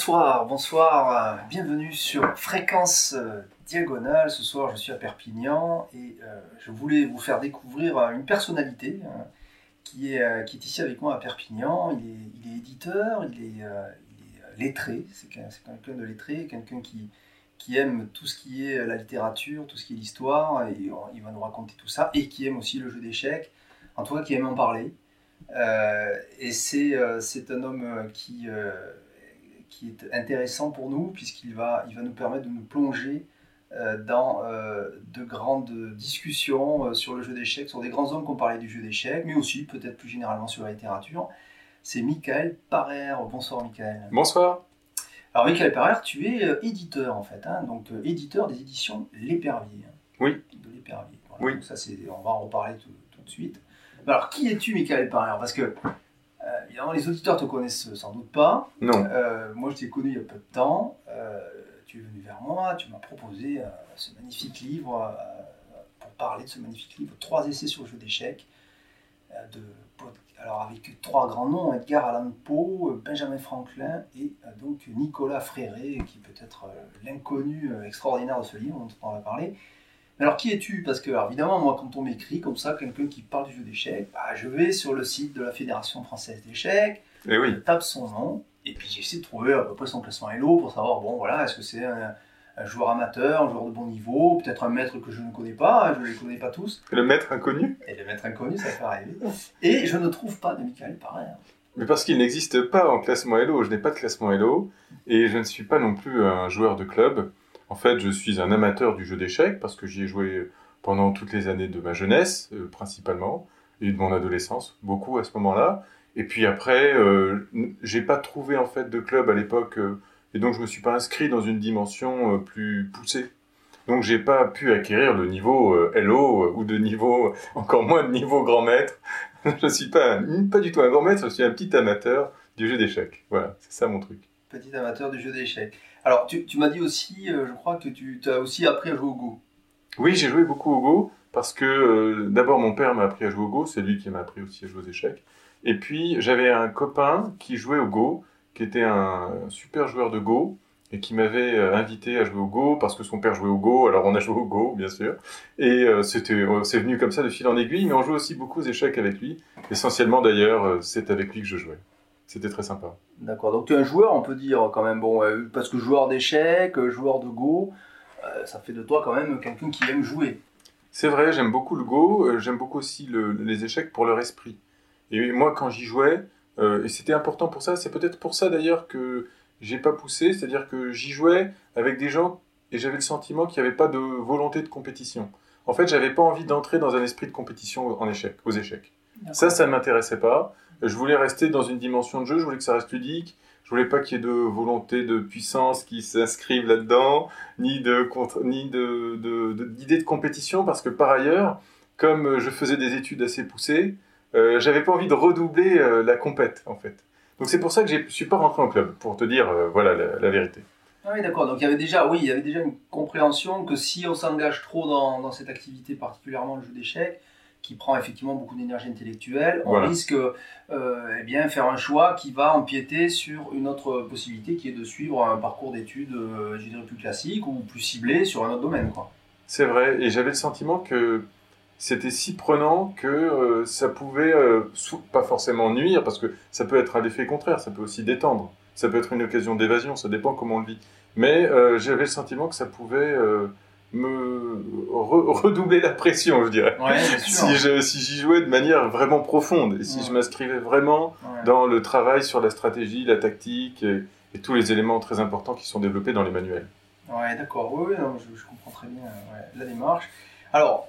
bonsoir, bienvenue sur Fréquence Diagonale. Ce soir, je suis à Perpignan et je voulais vous faire découvrir une personnalité qui est ici avec moi à Perpignan. Il est éditeur, il est lettré, c'est quelqu'un de lettré, quelqu'un qui aime tout ce qui est la littérature, tout ce qui est l'histoire, et il va nous raconter tout ça, et qui aime aussi le jeu d'échecs, en tout cas qui aime en parler. Et c'est un homme qui est intéressant pour nous, puisqu'il va nous permettre de nous plonger dans de grandes discussions sur le jeu d'échecs, sur des grands hommes qui ont parlé du jeu d'échecs, mais aussi peut-être plus généralement sur la littérature. C'est Michael Parer. Bonsoir Michael. Bonsoir. Alors Michael Parer, tu es éditeur en fait, donc éditeur des éditions L'Épervier. Oui. De L'Épervier. Voilà. Oui. Donc ça, on va en reparler tout de suite. Alors qui es-tu Michael Parer? Parce que évidemment, les auditeurs te connaissent sans doute pas. Non. Moi, je t'ai connu il y a peu de temps. Tu es venu vers moi, tu m'as proposé ce magnifique livre, pour parler de ce magnifique livre, 3 essais sur le jeu d'échecs, alors avec 3 grands noms, Edgar Allan Poe, Benjamin Franklin et donc Nicolas Fréret, qui est peut-être l'inconnu extraordinaire de ce livre dont on va parler. Mais alors qui es-tu? Parce que alors, évidemment, moi quand on m'écrit comme ça, quelqu'un qui parle du jeu d'échecs, je vais sur le site de la Fédération Française d'Échecs, je tape son nom, et puis j'essaie de trouver à peu près son classement Elo pour savoir, bon voilà, est-ce que c'est un joueur amateur, un joueur de bon niveau, peut-être un maître que je ne connais pas, je ne les connais pas tous. Le maître inconnu? Et le maître inconnu, ça peut arriver. Et je ne trouve pas de Michael Parer. Mais parce qu'il n'existe pas en classement Elo, je n'ai pas de classement Elo, et je ne suis pas non plus un joueur de club. En fait, je suis un amateur du jeu d'échecs, parce que j'y ai joué pendant toutes les années de ma jeunesse, principalement, et de mon adolescence, beaucoup à ce moment-là. Et puis après, j'ai pas trouvé en fait de club à l'époque, et donc je me suis pas inscrit dans une dimension plus poussée. Donc j'ai pas pu acquérir le niveau Elo, ou de niveau, encore moins de niveau grand maître. Je suis pas du tout un grand maître, je suis un petit amateur du jeu d'échecs. Voilà, c'est ça mon truc. Petit amateur du jeu d'échecs. Alors, tu m'as dit aussi, je crois que tu as aussi appris à jouer au Go. Oui, j'ai joué beaucoup au Go, parce que d'abord mon père m'a appris à jouer au Go, c'est lui qui m'a appris aussi à jouer aux échecs. Et puis j'avais un copain qui jouait au Go, qui était un super joueur de Go, et qui m'avait invité à jouer au Go, parce que son père jouait au Go, alors on a joué au Go, bien sûr. Et c'est venu comme ça de fil en aiguille, mais on jouait aussi beaucoup aux échecs avec lui. Essentiellement d'ailleurs, c'est avec lui que je jouais. C'était très sympa. D'accord, donc tu es un joueur, on peut dire quand même, bon, parce que joueur d'échecs, joueur de Go, ça fait de toi quand même quelqu'un qui aime jouer. C'est vrai, j'aime beaucoup le Go, j'aime beaucoup aussi les échecs pour leur esprit. Et moi, quand j'y jouais, et c'était important pour ça, c'est peut-être pour ça d'ailleurs que j'ai pas poussé, c'est-à-dire que j'y jouais avec des gens et j'avais le sentiment qu'il n'y avait pas de volonté de compétition. En fait, j'avais pas envie d'entrer dans un esprit de compétition aux échecs. D'accord. Ça ne m'intéressait pas. Je voulais rester dans une dimension de jeu, je voulais que ça reste ludique. Je voulais pas qu'il y ait de volonté de puissance qui s'inscrive là-dedans, ni d'idée de compétition, parce que par ailleurs, comme je faisais des études assez poussées, j'avais pas envie de redoubler la compète, en fait. Donc c'est pour ça que je suis pas rentré en club, pour te dire, voilà la vérité. Ah oui, d'accord. Donc il y avait déjà une compréhension que si on s'engage trop dans cette activité, particulièrement le jeu d'échecs, qui prend effectivement beaucoup d'énergie intellectuelle, on risque faire un choix qui va empiéter sur une autre possibilité, qui est de suivre un parcours d'études, je dirais plus classique ou plus ciblé sur un autre domaine, quoi. C'est vrai, et j'avais le sentiment que c'était si prenant que ça pouvait pas forcément nuire, parce que ça peut être à l'effet contraire, ça peut aussi détendre, ça peut être une occasion d'évasion, ça dépend comment on le vit. Mais j'avais le sentiment que ça pouvait me redoubler la pression, je dirais. Ouais, bien sûr. Si j'y jouais de manière vraiment profonde, et si je m'inscrivais vraiment dans le travail sur la stratégie, la tactique, et tous les éléments très importants qui sont développés dans les manuels. Ouais, d'accord, oui, non, je comprends très bien la démarche. Alors,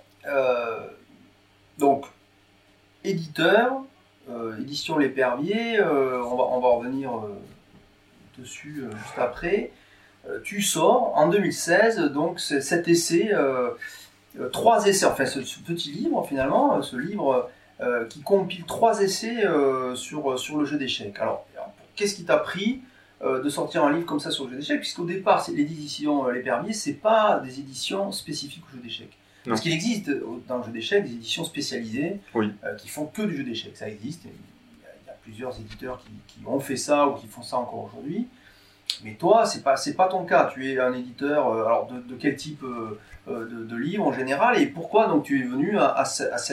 donc, éditeur, édition L'Épervier, on va revenir dessus juste après. Tu sors en 2016, donc cet essai, 3 essais, enfin ce petit livre finalement, ce livre qui compile 3 essais sur le jeu d'échecs. Alors, qu'est-ce qui t'a pris de sortir un livre comme ça sur le jeu d'échecs, puisqu'au départ, les éditions L'Épervier, c'est pas des éditions spécifiques au jeu d'échecs. Non. Parce qu'il existe dans le jeu d'échecs des éditions spécialisées qui font que du jeu d'échecs. Ça existe, il y a plusieurs éditeurs qui ont fait ça ou qui font ça encore aujourd'hui. Mais toi, c'est pas ton cas. Tu es un éditeur, alors de quel type de livre en général, et pourquoi donc tu es venu à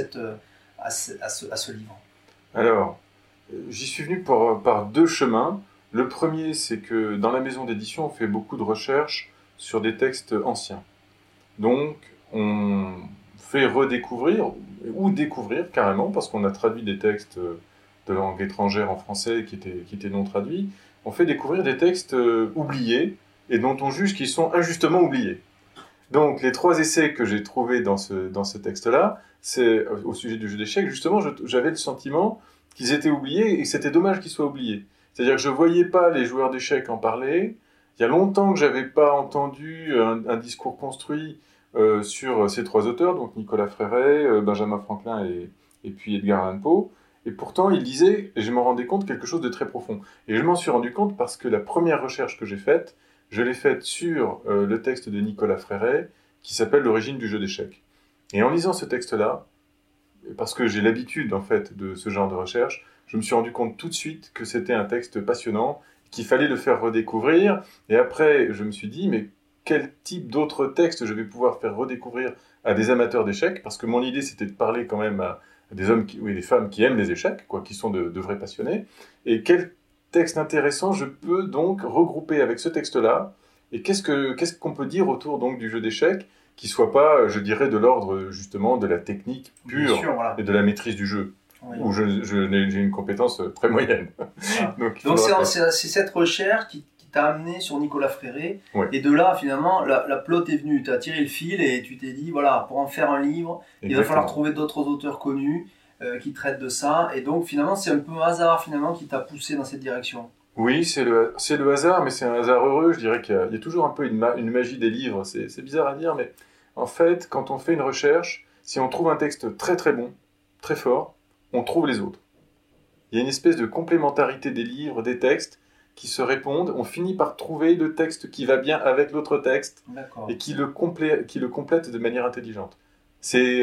ce livre? Alors, j'y suis venu par deux chemins. Le premier, c'est que dans la maison d'édition, on fait beaucoup de recherches sur des textes anciens. Donc, on fait redécouvrir, ou découvrir carrément, parce qu'on a traduit des textes de langue étrangère en français qui étaient non traduits, on fait découvrir des textes oubliés, et dont on juge qu'ils sont injustement oubliés. Donc, les trois essais que j'ai trouvés dans ce texte-là, c'est au sujet du jeu d'échecs, justement, j'avais le sentiment qu'ils étaient oubliés, et que c'était dommage qu'ils soient oubliés. C'est-à-dire que je ne voyais pas les joueurs d'échecs en parler. Il y a longtemps que je n'avais pas entendu un discours construit sur ces trois auteurs, donc Nicolas Fréret, Benjamin Franklin et puis Edgar Allan Poe. Et pourtant, ils disaient, et je m'en rendais compte, quelque chose de très profond. Et je m'en suis rendu compte parce que la première recherche que j'ai faite, je l'ai faite sur le texte de Nicolas Fréret, qui s'appelle L'origine du jeu d'échecs. Et en lisant ce texte-là, parce que j'ai l'habitude en fait de ce genre de recherche, je me suis rendu compte tout de suite que c'était un texte passionnant, qu'il fallait le faire redécouvrir. Et après, je me suis dit, mais quel type d'autres textes je vais pouvoir faire redécouvrir à des amateurs d'échecs? Parce que mon idée, c'était de parler quand même à des hommes et des femmes qui aiment les échecs, quoi, qui sont de vrais passionnés. Et quel texte intéressant je peux donc regrouper avec ce texte-là? Et qu'est-ce qu'on peut dire autour donc du jeu d'échecs qui soit pas, je dirais, de l'ordre justement de la technique pure sûr, voilà. et de la maîtrise du jeu, Oui. où j'ai une compétence très moyenne. Voilà. Donc c'est cette recherche qui t'a amené sur Nicolas Fréret, ouais. Et de là finalement la plot est venue, tu as tiré le fil et tu t'es dit voilà, pour en faire un livre, il va falloir trouver d'autres auteurs connus qui traitent de ça, et donc finalement c'est un peu un hasard finalement qui t'a poussé dans cette direction. Oui, c'est le hasard, mais c'est un hasard heureux. Je dirais qu'il y a toujours un peu une magie des livres. C'est bizarre à dire, mais en fait, quand on fait une recherche, si on trouve un texte très très bon, très fort, on trouve les autres. Il y a une espèce de complémentarité des livres, des textes qui se répondent. On finit par trouver le texte qui va bien avec l'autre texte et qui le complète de manière intelligente. C'est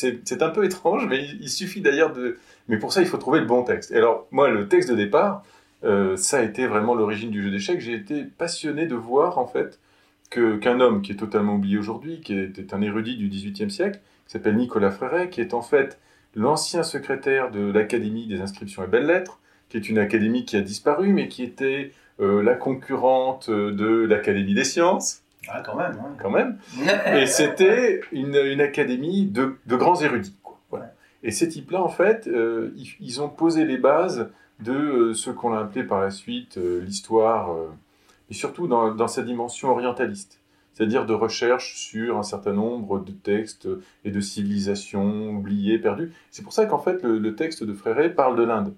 un peu étrange, mais il suffit d'ailleurs de... Mais pour ça, il faut trouver le bon texte. Et alors, moi, le texte de départ... ça a été vraiment l'origine du jeu d'échecs. J'ai été passionné de voir en fait qu'un homme qui est totalement oublié aujourd'hui, qui était un érudit du XVIIIe siècle, qui s'appelle Nicolas Fréret, qui est en fait l'ancien secrétaire de l'Académie des inscriptions et belles-lettres, qui est une académie qui a disparu, mais qui était la concurrente de l'Académie des sciences. Ah, quand même. Ouais. Quand même. Et c'était une académie de grands érudits, quoi. Voilà. Ouais. Et ces types-là, en fait, ils ont posé les bases de ce qu'on a appelé par la suite l'histoire, et surtout dans sa dimension orientaliste, c'est-à-dire de recherche sur un certain nombre de textes et de civilisations oubliées, perdues. C'est pour ça qu'en fait le texte de Fréret parle de l'Inde.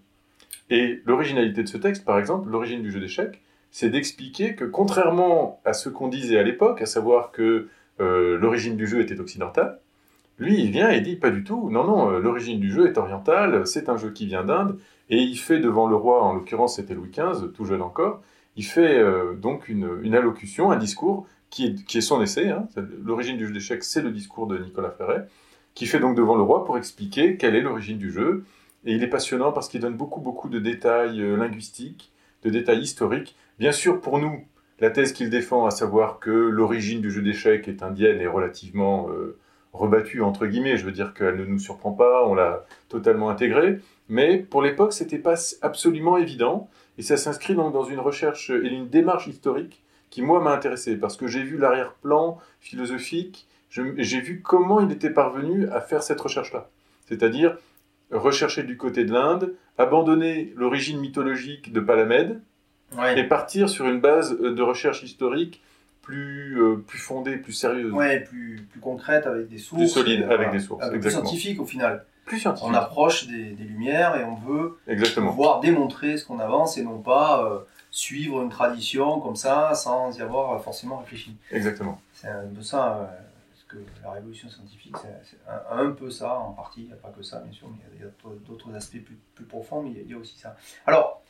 Et l'originalité de ce texte, par exemple, l'origine du jeu d'échecs, c'est d'expliquer que contrairement à ce qu'on disait à l'époque, à savoir que l'origine du jeu était occidentale, lui, il vient et dit pas du tout, non, l'origine du jeu est orientale, c'est un jeu qui vient d'Inde, et il fait devant le roi, en l'occurrence c'était Louis XV, tout jeune encore, il fait donc une allocution, un discours, qui est son essai, hein. L'origine du jeu d'échecs, c'est le discours de Nicolas Fréret, qui fait donc devant le roi pour expliquer quelle est l'origine du jeu, et il est passionnant parce qu'il donne beaucoup de détails linguistiques, de détails historiques. Bien sûr, pour nous, la thèse qu'il défend, à savoir que l'origine du jeu d'échecs est indienne, est relativement... rebattue entre guillemets, je veux dire qu'elle ne nous surprend pas, on l'a totalement intégrée, mais pour l'époque c'était pas absolument évident, et ça s'inscrit donc dans une recherche et une démarche historique qui moi m'a intéressé, parce que j'ai vu l'arrière-plan philosophique, j'ai vu comment il était parvenu à faire cette recherche-là, c'est-à-dire rechercher du côté de l'Inde, abandonner l'origine mythologique de Palamède, ouais, et partir sur une base de recherche historique plus fondée, plus sérieuse. Ouais, plus concrète, avec des sources. Plus solide, avec des sources, plus scientifique au final. Plus scientifique. On approche des Lumières et on veut exactement pouvoir démontrer ce qu'on avance et non pas suivre une tradition comme ça sans y avoir forcément réfléchi. Exactement. C'est un peu ça, que la révolution scientifique, c'est un peu ça en partie, il n'y a pas que ça bien sûr, mais il y a d'autres aspects plus profonds, mais il y a aussi ça. Alors,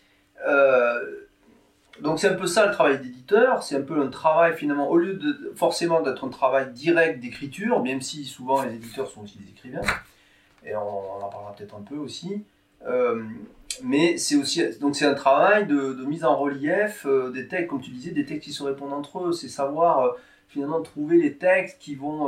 donc c'est un peu ça le travail d'éditeur, c'est un peu un travail finalement, au lieu de forcément d'être un travail direct d'écriture, même si souvent les éditeurs sont aussi des écrivains, et on en parlera peut-être un peu aussi, Mais c'est aussi donc c'est un travail de mise en relief des textes, comme tu disais, des textes qui se répondent entre eux. C'est savoir finalement trouver les textes qui vont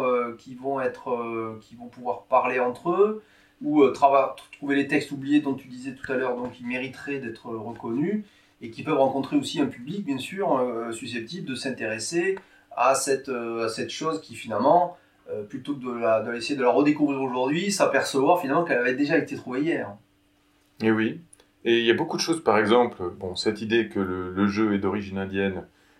qui vont pouvoir parler entre eux, ou trouver les textes oubliés dont tu disais tout à l'heure, donc qui mériteraient d'être reconnus et qui peuvent rencontrer aussi un public bien sûr susceptible de s'intéresser à cette chose qui finalement plutôt que de essayer de la redécouvrir aujourd'hui, s'apercevoir finalement qu'elle avait déjà été trouvée hier. Et oui. Et il y a beaucoup de choses, par exemple, bon, cette idée que le jeu est d'origine indienne,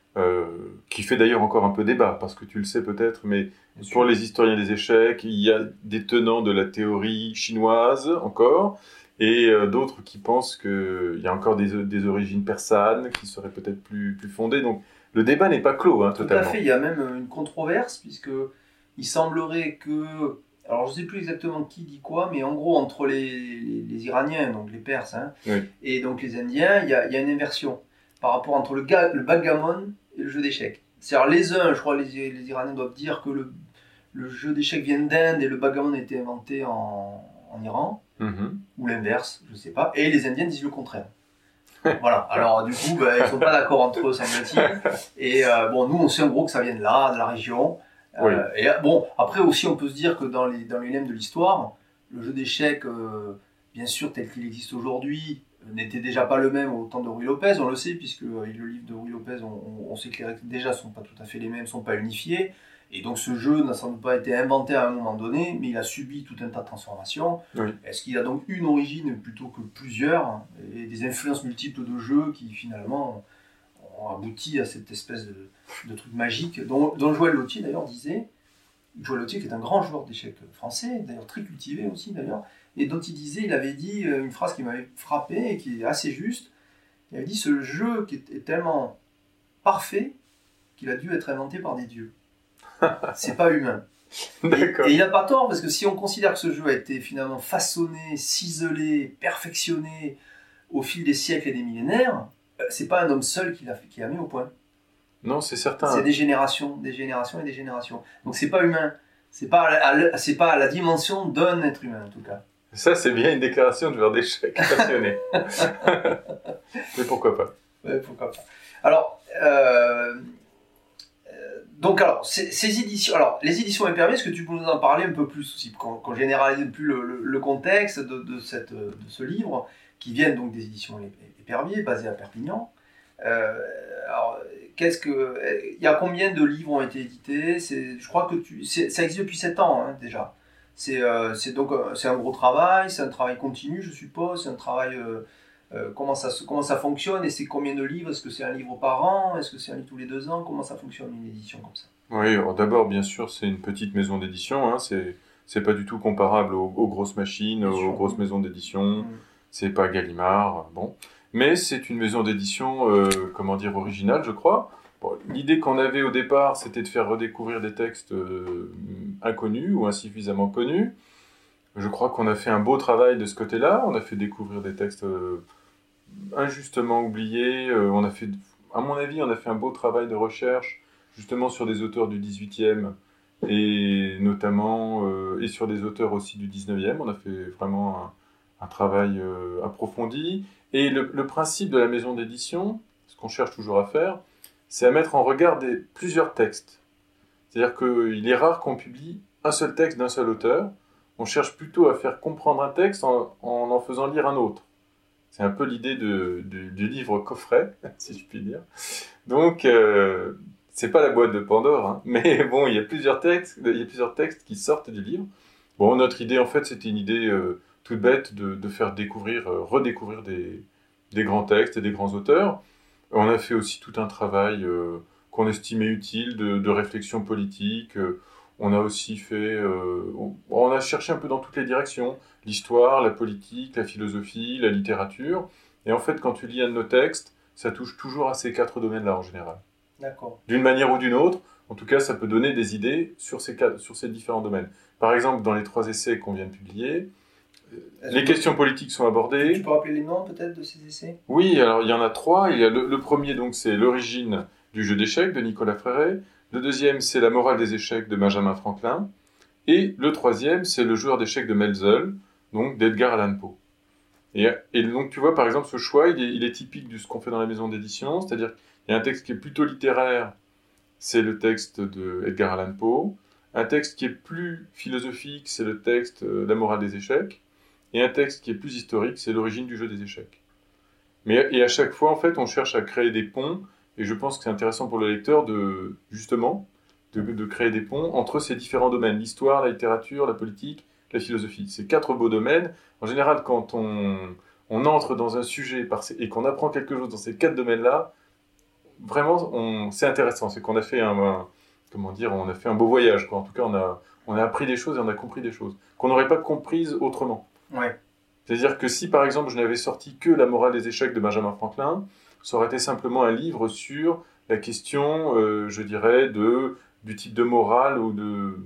qui fait d'ailleurs encore un peu débat, parce que tu le sais peut-être, mais pour les historiens des échecs, il y a des tenants de la théorie chinoise encore, et d'autres qui pensent qu'il y a encore des origines persanes qui seraient peut-être plus fondées. Donc le débat n'est pas clos, hein, totalement. Tout à fait, il y a même une controverse, puisque il semblerait que... Alors je ne sais plus exactement qui dit quoi, mais en gros entre les Iraniens, donc les Perses, hein, Oui. et donc les Indiens, il y a une inversion par rapport entre le backgammon et le jeu d'échecs. C'est-à-dire les uns, je crois les Iraniens doivent dire que le jeu d'échecs vient d'Inde et le backgammon a été inventé en Iran, ou l'inverse, je ne sais pas, et les Indiens disent le contraire. Voilà, alors du coup, ils ne sont pas d'accord entre eux, semble-t-il. Et bon, nous on sait en gros que ça vient de là, de la région. Oui. Et bon, après aussi, on peut se dire que dans les lemmes de l'histoire, le jeu d'échecs, bien sûr, tel qu'il existe aujourd'hui, n'était déjà pas le même au temps de Ruy Lopez, on le sait, puisque le livre de Ruy Lopez, on sait que les règles déjà ne sont pas tout à fait les mêmes, ne sont pas unifiées. Et donc ce jeu n'a sans doute pas été inventé à un moment donné, mais il a subi tout un tas de transformations. Oui. Est-ce qu'il a donc une origine plutôt que plusieurs, et des influences multiples de jeux qui finalement ont abouti à cette espèce de truc magique dont Joël Lautier d'ailleurs disait, Joël Lautier qui est un grand joueur d'échecs français, d'ailleurs très cultivé aussi d'ailleurs, et dont il avait dit une phrase qui m'avait frappé et qui est assez juste. Il avait dit: ce jeu qui est tellement parfait qu'il a dû être inventé par des dieux. C'est pas humain. D'accord. Et il n'a pas tort, parce que si on considère que ce jeu a été finalement façonné, ciselé, perfectionné au fil des siècles et des millénaires, c'est pas un homme seul qui l'a mis au point. Non, c'est certain. C'est des générations et des générations. Donc c'est pas humain. C'est pas à la dimension d'un être humain en tout cas. Ça, c'est bien une déclaration de joueur d'échecs passionné. Mais pourquoi pas? Ouais, pourquoi pas. Alors, donc ces éditions, alors les éditions Épervier, est-ce que tu peux nous en parler un peu plus aussi, qu'on généralise un peu le contexte de ce livre, qui viennent donc des éditions Épervier, basées à Perpignan. Alors, il y a combien de livres ont été édités? Je crois que ça existe depuis 7 ans hein, déjà. C'est un gros travail, c'est un travail continu, je suppose, c'est un travail... comment ça fonctionne et c'est combien de livres? Est-ce que c'est un livre par an? Est-ce que c'est un livre tous les 2 ans? Comment ça fonctionne une édition comme ça? Oui, alors d'abord, bien sûr, c'est une petite maison d'édition. Hein, c'est pas du tout comparable aux grosses machines, aux grosses maisons d'édition. C'est pas Gallimard, bon. Mais c'est une maison d'édition, comment dire, originale, je crois. Bon, l'idée qu'on avait au départ, c'était de faire redécouvrir des textes inconnus ou insuffisamment connus. Je crois qu'on a fait un beau travail de ce côté-là. On a fait découvrir des textes injustement oubliés. À mon avis, on a fait un beau travail de recherche, justement sur des auteurs du XVIIIe et notamment et sur des auteurs aussi du XIXe. On a fait vraiment un travail approfondi. Et le principe de la maison d'édition, ce qu'on cherche toujours à faire, c'est à mettre en regard plusieurs textes. C'est-à-dire qu'il est rare qu'on publie un seul texte d'un seul auteur. On cherche plutôt à faire comprendre un texte en faisant lire un autre. C'est un peu l'idée du livre coffret, si je puis dire. Donc, c'est pas la boîte de Pandore, hein, mais bon, il y a plusieurs textes qui sortent du livre. Bon, notre idée, en fait, c'était une idée toute bête de faire redécouvrir des grands textes et des grands auteurs. On a fait aussi tout un travail qu'on estimait utile de réflexion politique. On a aussi on a cherché un peu dans toutes les directions, l'histoire, la politique, la philosophie, la littérature. Et en fait, quand tu lis un de nos textes, ça touche toujours à ces 4 domaines-là en général. D'accord. D'une manière ou d'une autre, en tout cas, ça peut donner des idées sur ces différents domaines. Par exemple, dans les 3 essais qu'on vient de publier, les questions politiques sont abordées. Tu peux rappeler les noms peut-être de ces essais? Oui, alors il y en a 3. Il y a le premier, donc, c'est l'origine du jeu d'échecs de Nicolas Fréret. Le deuxième, c'est la morale des échecs de Benjamin Franklin. Et le troisième, c'est le joueur d'échecs de Melzel, donc d'Edgar Allan Poe. Et donc, tu vois, par exemple, ce choix, il est typique de ce qu'on fait dans la maison d'édition, c'est-à-dire qu'il y a un texte qui est plutôt littéraire, c'est le texte de Edgar Allan Poe. Un texte qui est plus philosophique, c'est le texte La morale des échecs. Et un texte qui est plus historique, c'est L'origine du jeu des échecs. Et à chaque fois, en fait, on cherche à créer des ponts, et je pense que c'est intéressant pour le lecteur justement, de créer des ponts entre ces différents domaines, l'histoire, la littérature, la politique, la philosophie. Ces 4 beaux domaines. En général, quand on entre dans un sujet et qu'on apprend quelque chose dans ces 4 domaines-là, vraiment, c'est intéressant. C'est qu'on a fait comment dire, on a fait un beau voyage, quoi. En tout cas, on a appris des choses et on a compris des choses qu'on n'aurait pas comprises autrement. Ouais. C'est-à-dire que si, par exemple, je n'avais sorti que La morale des échecs de Benjamin Franklin, ça aurait été simplement un livre sur la question, je dirais, du type de morale ou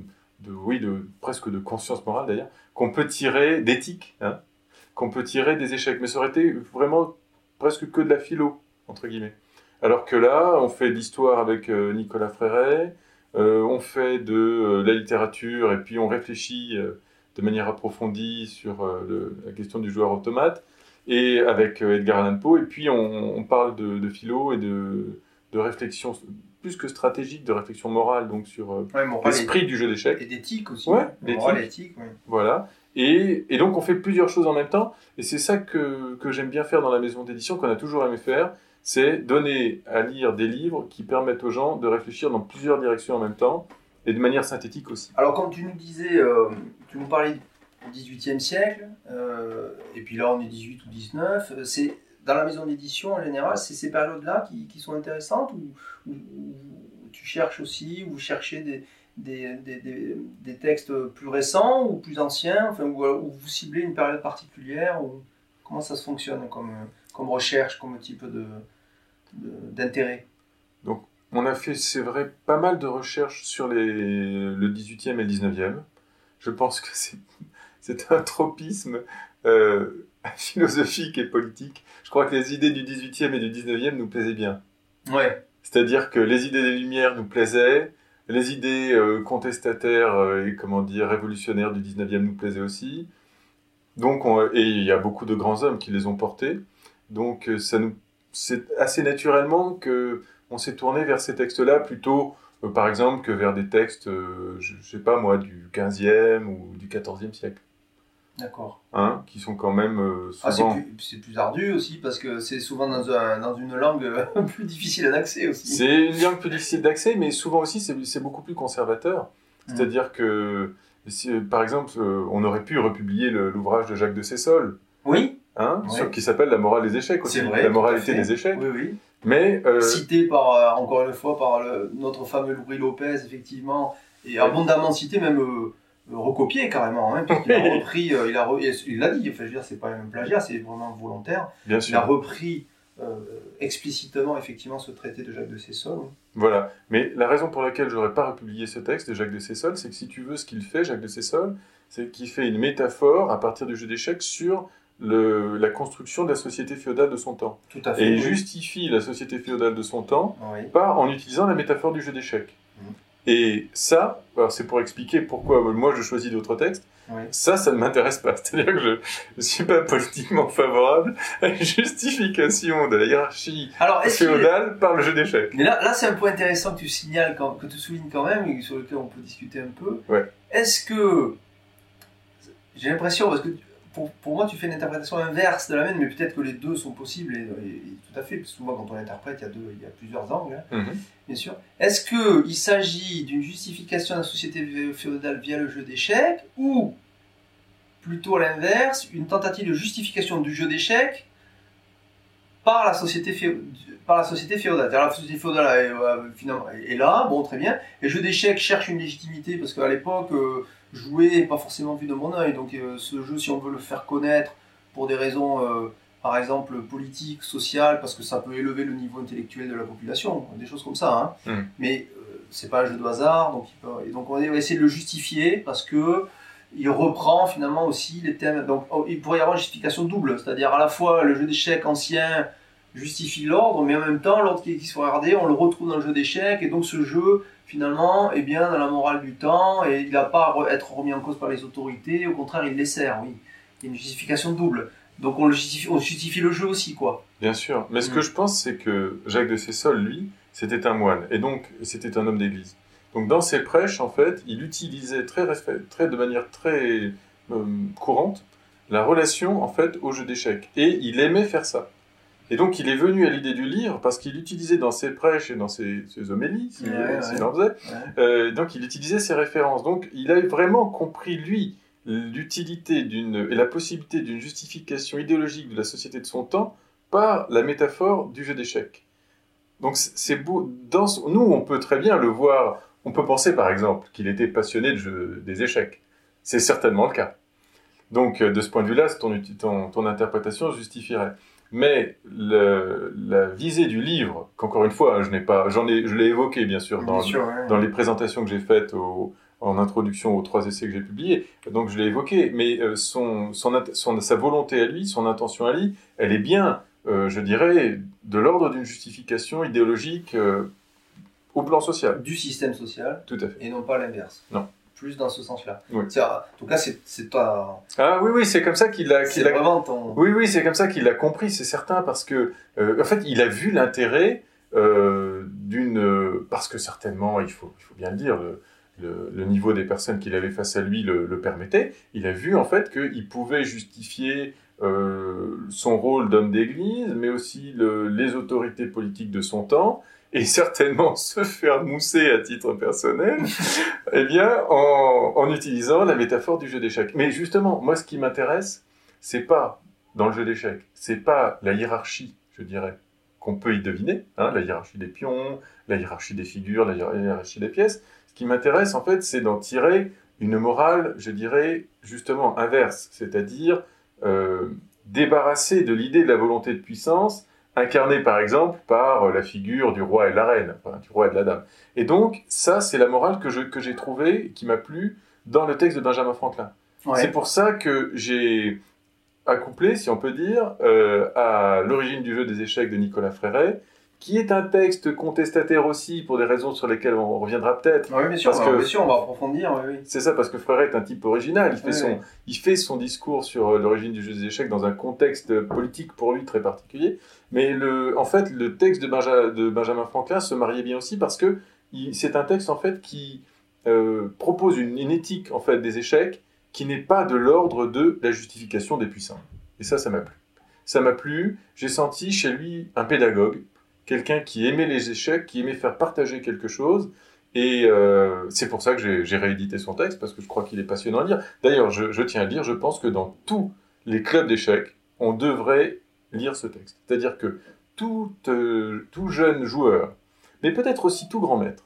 presque de conscience morale d'ailleurs, qu'on peut tirer, d'éthique, hein, qu'on peut tirer des échecs. Mais ça aurait été vraiment presque que de la philo, entre guillemets. Alors que là, on fait de l'histoire avec Nicolas Fréret, on fait de la littérature et puis on réfléchit de manière approfondie sur la question du joueur automate, et avec Edgar Allan Poe, et puis on parle de philo et de réflexion plus que stratégique, de réflexion morale, donc sur l'esprit du jeu d'échecs. Et d'éthique aussi. Ouais, d'éthique. Ouais. Voilà. Et donc on fait plusieurs choses en même temps, et c'est ça que j'aime bien faire dans la maison d'édition, qu'on a toujours aimé faire, c'est donner à lire des livres qui permettent aux gens de réfléchir dans plusieurs directions en même temps, et de manière synthétique aussi. Alors, comme tu nous disais, tu nous parlais du XVIIIe siècle, et puis là on est 18 ou 19, c'est, dans la maison d'édition en général, c'est ces périodes-là qui sont intéressantes, ou tu cherches aussi, ou vous cherchez des textes plus récents ou plus anciens, enfin, ou vous ciblez une période particulière, ou comment ça se fonctionne comme recherche, comme type d'intérêt? Donc, on a fait, c'est vrai, pas mal de recherches sur le 18e et le 19e. Je pense que c'est un tropisme philosophique et politique. Je crois que les idées du 18e et du 19e nous plaisaient bien. Ouais. C'est-à-dire que les idées des Lumières nous plaisaient, les idées contestataires et, comment dire, révolutionnaires du 19e nous plaisaient aussi. Donc, et il y a beaucoup de grands hommes qui les ont portés. Donc, c'est assez naturellement que on s'est tourné vers ces textes-là plutôt, par exemple, que vers des textes, je sais pas moi, du 15e ou du 14e siècle. D'accord. Hein, qui sont quand même souvent... c'est plus ardu aussi, parce que c'est souvent dans une langue plus difficile d'accès aussi. C'est une langue plus difficile d'accès, mais souvent aussi c'est beaucoup plus conservateur. C'est-à-dire que, par exemple, on aurait pu republier l'ouvrage de Jacques de Sessol. Oui. Hein, qui s'appelle La morale des échecs aussi. C'est vrai, la moralité des échecs. Oui, oui. Mais, cité encore une fois par notre fameux Louis Lopez, effectivement, et abondamment cité, même recopié carrément, hein, puisqu'il a repris, il l'a dit, enfin, je veux dire, c'est pas un plagiat, c'est vraiment volontaire. Bien sûr. Il a repris explicitement, effectivement, ce traité de Jacques de Sessol. Oui. Voilà. Mais la raison pour laquelle j'aurais pas republié ce texte de Jacques de Sessol, c'est que si tu veux, ce qu'il fait, Jacques de Sessol, c'est qu'il fait une métaphore à partir du jeu d'échecs sur la construction de la société féodale de son temps. Tout à fait. Et il justifie la société féodale de son temps oui. en utilisant la métaphore du jeu d'échecs. Et ça, alors c'est pour expliquer pourquoi moi je choisis d'autres textes, ça ne m'intéresse pas. C'est-à-dire que je ne suis pas politiquement favorable à une justification de la hiérarchie féodale par le jeu d'échecs. Mais là c'est un point intéressant que tu signales, que tu soulignes quand même, et sur lequel on peut discuter un peu. Ouais. Est-ce que... J'ai l'impression, parce que pour moi, tu fais une interprétation inverse de la mienne, mais peut-être que les deux sont possibles, et tout à fait, parce que souvent, quand on interprète, il y a plusieurs angles, hein, bien sûr. Est-ce qu'il s'agit d'une justification de la société féodale via le jeu d'échecs, ou plutôt à l'inverse, une tentative de justification du jeu d'échecs par la société féodale? La société féodale finalement, est là, bon, très bien, et le jeu d'échecs cherche une légitimité, parce qu'à l'époque... jouer n'est pas forcément vu de mon œil, donc ce jeu, si on veut le faire connaître pour des raisons, par exemple, politiques, sociales, parce que ça peut élever le niveau intellectuel de la population, des choses comme ça, hein. Mais c'est pas un jeu de hasard, donc on va essayer de le justifier, parce que il reprend finalement aussi les thèmes, donc il pourrait y avoir une justification double, c'est-à-dire à la fois le jeu d'échecs ancien justifie l'ordre, mais en même temps, l'ordre qui se regardé, on le retrouve dans le jeu d'échecs, et donc ce jeu... finalement, est bien dans la morale du temps, et il n'a pas à être remis en cause par les autorités, au contraire, il les sert, oui. Il y a une justification double. Donc on justifie le jeu aussi, quoi. Bien sûr. Mais ce que je pense, c'est que Jacques de Sessol, lui, c'était un moine. Et donc, c'était un homme d'église. Donc, dans ses prêches, en fait, il utilisait de manière très courante la relation, en fait, au jeu d'échecs. Et il aimait faire ça. Et donc, il est venu à l'idée du livre parce qu'il utilisait dans ses prêches et dans ses homélies, s'il en faisait, donc il utilisait ses références. Donc, il a vraiment compris, lui, l'utilité et la possibilité d'une justification idéologique de la société de son temps par la métaphore du jeu d'échecs. Donc, c'est beau. Nous, on peut très bien le voir. On peut penser, par exemple, qu'il était passionné des échecs. C'est certainement le cas. Donc, de ce point de vue-là, ton interprétation justifierait. Mais la visée du livre, qu'encore une fois, je l'ai évoqué bien sûr dans les présentations que j'ai faites en introduction aux 3 essais que j'ai publiés, donc je l'ai évoqué, mais sa volonté à lui, son intention à lui, elle est bien, je dirais, de l'ordre d'une justification idéologique au plan social. Du système social. Tout à fait. Et non pas l'inverse. Non. Plus dans ce sens-là. Oui. En tout cas, c'est pas... Ah oui, c'est comme ça qu'il a... vraiment ton... Oui, c'est comme ça qu'il l'a compris, c'est certain, parce que, en fait, il a vu l'intérêt parce que certainement, il faut bien le dire, le niveau des personnes qu'il avait face à lui le permettait. Il a vu, en fait, qu'il pouvait justifier son rôle d'homme d'église, mais aussi les autorités politiques de son temps, et certainement se faire mousser à titre personnel, eh bien, en utilisant la métaphore du jeu d'échecs. Mais justement, moi, ce qui m'intéresse, c'est pas, dans le jeu d'échecs, c'est pas la hiérarchie, je dirais, qu'on peut y deviner, la hiérarchie des pions, la hiérarchie des figures, la hiérarchie des pièces. Ce qui m'intéresse, en fait, c'est d'en tirer une morale, je dirais, justement inverse, c'est-à-dire débarrasser de l'idée de la volonté de puissance, incarné par exemple par la figure du roi et de la reine, du roi et de la dame. Et donc, ça, c'est la morale que j'ai trouvée, qui m'a plu, dans le texte de Benjamin Franklin. Ouais. C'est pour ça que j'ai accouplé, si on peut dire, à l'origine du jeu des échecs de Nicolas Fréret, qui est un texte contestataire aussi, pour des raisons sur lesquelles on reviendra peut-être. Oui, bien sûr, on va approfondir. Oui. C'est ça, parce que Fréret est un type original. Il fait son discours sur l'origine du jeu des échecs dans un contexte politique pour lui très particulier. Mais en fait, le texte de Benjamin Franklin se mariait bien aussi parce que c'est un texte en fait qui propose une éthique en fait des échecs qui n'est pas de l'ordre de la justification des puissants. Et ça m'a plu. Ça m'a plu. J'ai senti chez lui un pédagogue, quelqu'un qui aimait les échecs, qui aimait faire partager quelque chose. Et c'est pour ça que j'ai réédité son texte, parce que je crois qu'il est passionnant à lire. D'ailleurs, je tiens à le dire, je pense que dans tous les clubs d'échecs, on devrait lire ce texte. C'est-à-dire que tout jeune joueur, mais peut-être aussi tout grand maître,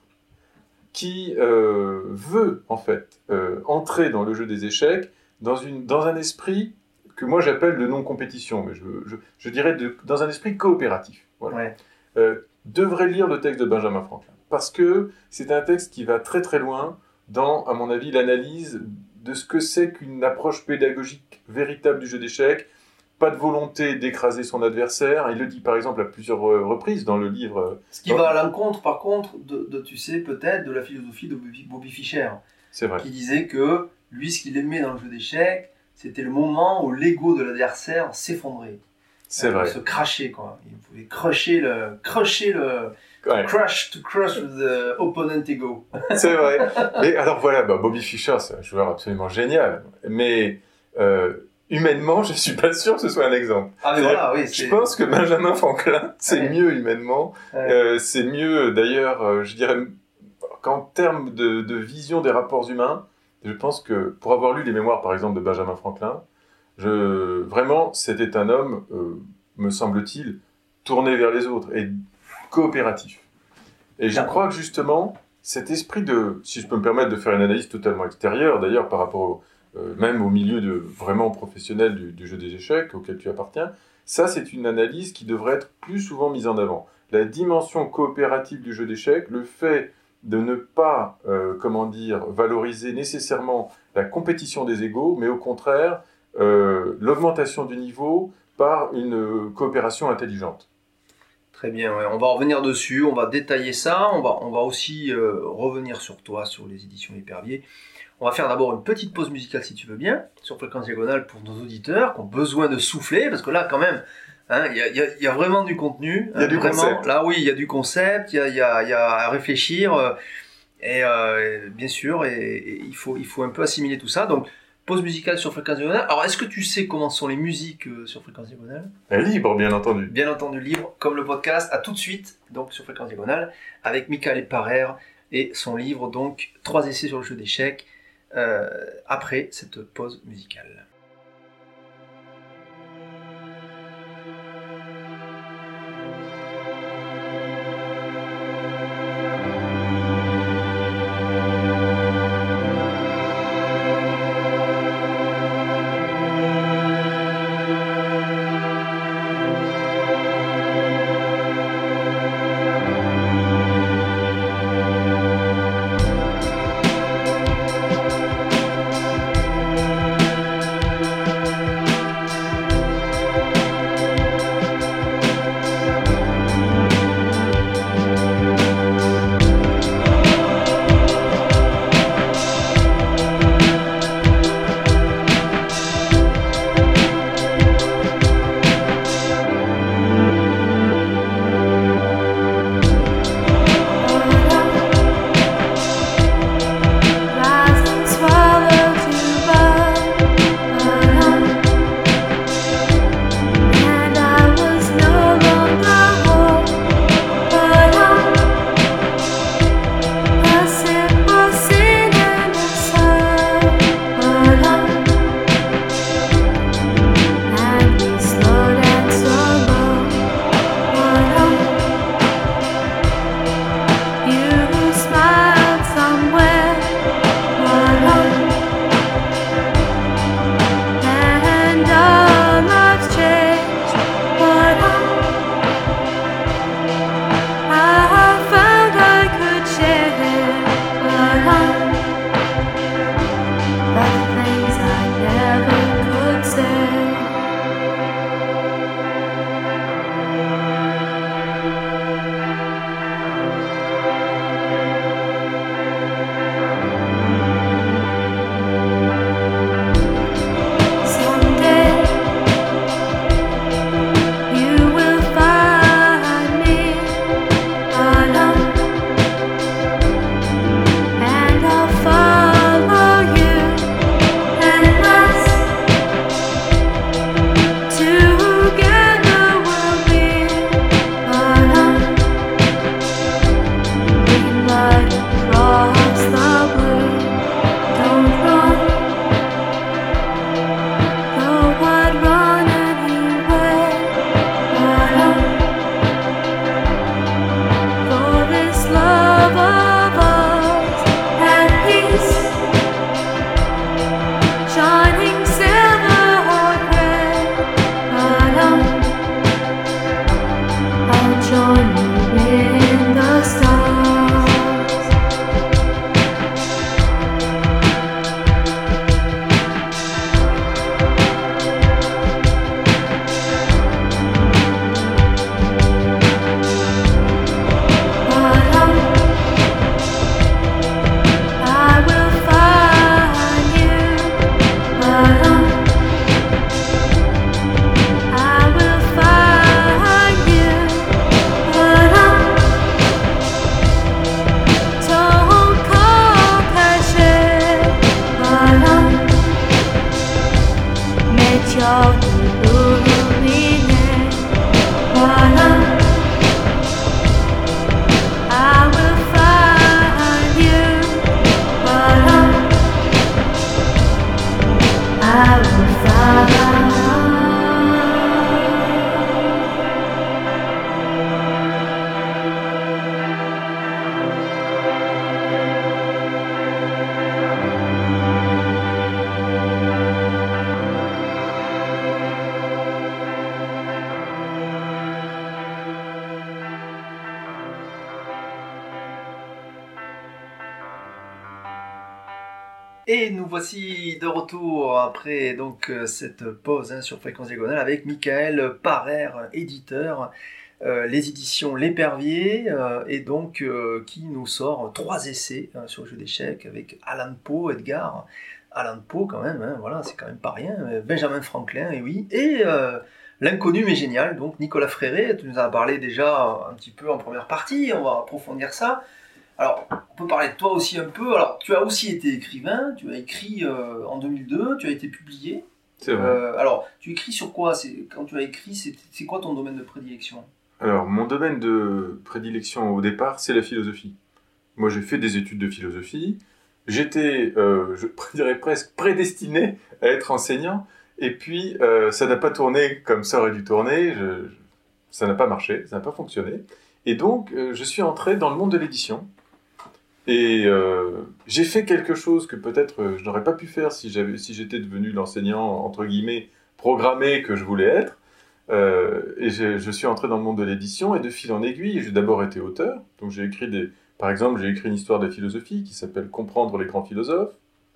qui veut en fait entrer dans le jeu des échecs dans un esprit que moi j'appelle de non-compétition, mais je dirais dans un esprit coopératif. Voilà. Ouais. Devrait lire le texte de Benjamin Franklin, parce que c'est un texte qui va très très loin dans, à mon avis, l'analyse de ce que c'est qu'une approche pédagogique véritable du jeu d'échecs. Pas de volonté d'écraser son adversaire. Il le dit par exemple à plusieurs reprises dans le livre. Ce qui va à l'encontre, par contre, tu sais, peut-être, de la philosophie de Bobby Fischer. C'est vrai. Qui disait que lui, ce qu'il aimait dans le jeu d'échecs, c'était le moment où l'ego de l'adversaire s'effondrait. C'est vrai. Se crachait, quoi. Il pouvait crusher le ouais. Crush the opponent ego. C'est vrai. Mais alors voilà, Bobby Fischer, c'est un joueur absolument génial. Mais humainement, je suis pas sûr que ce soit un exemple. Ah mais voilà, oui. Je pense que Benjamin Franklin, c'est mieux humainement. C'est mieux, d'ailleurs, je dirais, qu'en termes de vision des rapports humains, je pense que, pour avoir lu les mémoires, par exemple, de Benjamin Franklin, vraiment, c'était un homme, me semble-t-il, tourné vers les autres et coopératif. Et je crois que, justement, cet esprit si je peux me permettre de faire une analyse totalement extérieure, d'ailleurs, par rapport même au milieu vraiment professionnel du jeu des échecs auquel tu appartiens, ça, c'est une analyse qui devrait être plus souvent mise en avant. La dimension coopérative du jeu d'échecs, le fait de ne pas, valoriser nécessairement la compétition des égaux, mais au contraire, l'augmentation du niveau par une coopération intelligente. Très bien, ouais. On va revenir dessus, on va détailler ça, on va aussi revenir sur toi, sur les éditions Épervier. On va faire d'abord une petite pause musicale si tu veux bien, sur Fréquence Diagonale pour nos auditeurs qui ont besoin de souffler, parce que là quand même, il y a vraiment du contenu. Il y a du concept. Là oui, il y a du concept, il y a à réfléchir, bien sûr, et il faut un peu assimiler tout ça. Donc, pause musicale sur Fréquence Diagonale. Alors, est-ce que tu sais comment sont les musiques sur Fréquence Diagonale ? Libre, bien entendu. Bien entendu, libre, comme le podcast. À tout de suite, donc sur Fréquence Diagonale, avec Michael Parer et son livre, donc 3 essais sur le jeu d'échecs, après cette pause musicale. Et nous voici de retour après donc cette pause sur Fréquence Diagonale avec Michael Parer, éditeur. les éditions L'Épervier, et donc qui nous sort 3 essais sur le jeu d'échecs avec Allan Poe, Edgar. Allan Poe quand même, hein, voilà, c'est quand même pas rien. Benjamin Franklin, et oui. Et l'inconnu mais génial, donc Nicolas Fréré, tu nous en as parlé déjà un petit peu en première partie, on va approfondir ça. Alors, on peut parler de toi aussi un peu. Alors, tu as aussi été écrivain, tu as écrit en 2002, tu as été publié. C'est vrai. Alors, tu écris sur quoi? Quand tu as écrit, c'est quoi ton domaine de prédilection? Alors, mon domaine de prédilection au départ, c'est la philosophie. Moi, j'ai fait des études de philosophie. J'étais, je dirais presque prédestiné à être enseignant. Et puis, ça n'a pas tourné comme ça aurait dû tourner. Ça n'a pas marché, ça n'a pas fonctionné. Et donc, je suis entré dans le monde de l'édition. Et j'ai fait quelque chose que peut-être je n'aurais pas pu faire si j'étais devenu l'enseignant, entre guillemets, programmé que je voulais être. Et je suis entré dans le monde de l'édition et de fil en aiguille, j'ai d'abord été auteur. Donc par exemple, j'ai écrit une histoire de la philosophie qui s'appelle Comprendre les grands philosophes.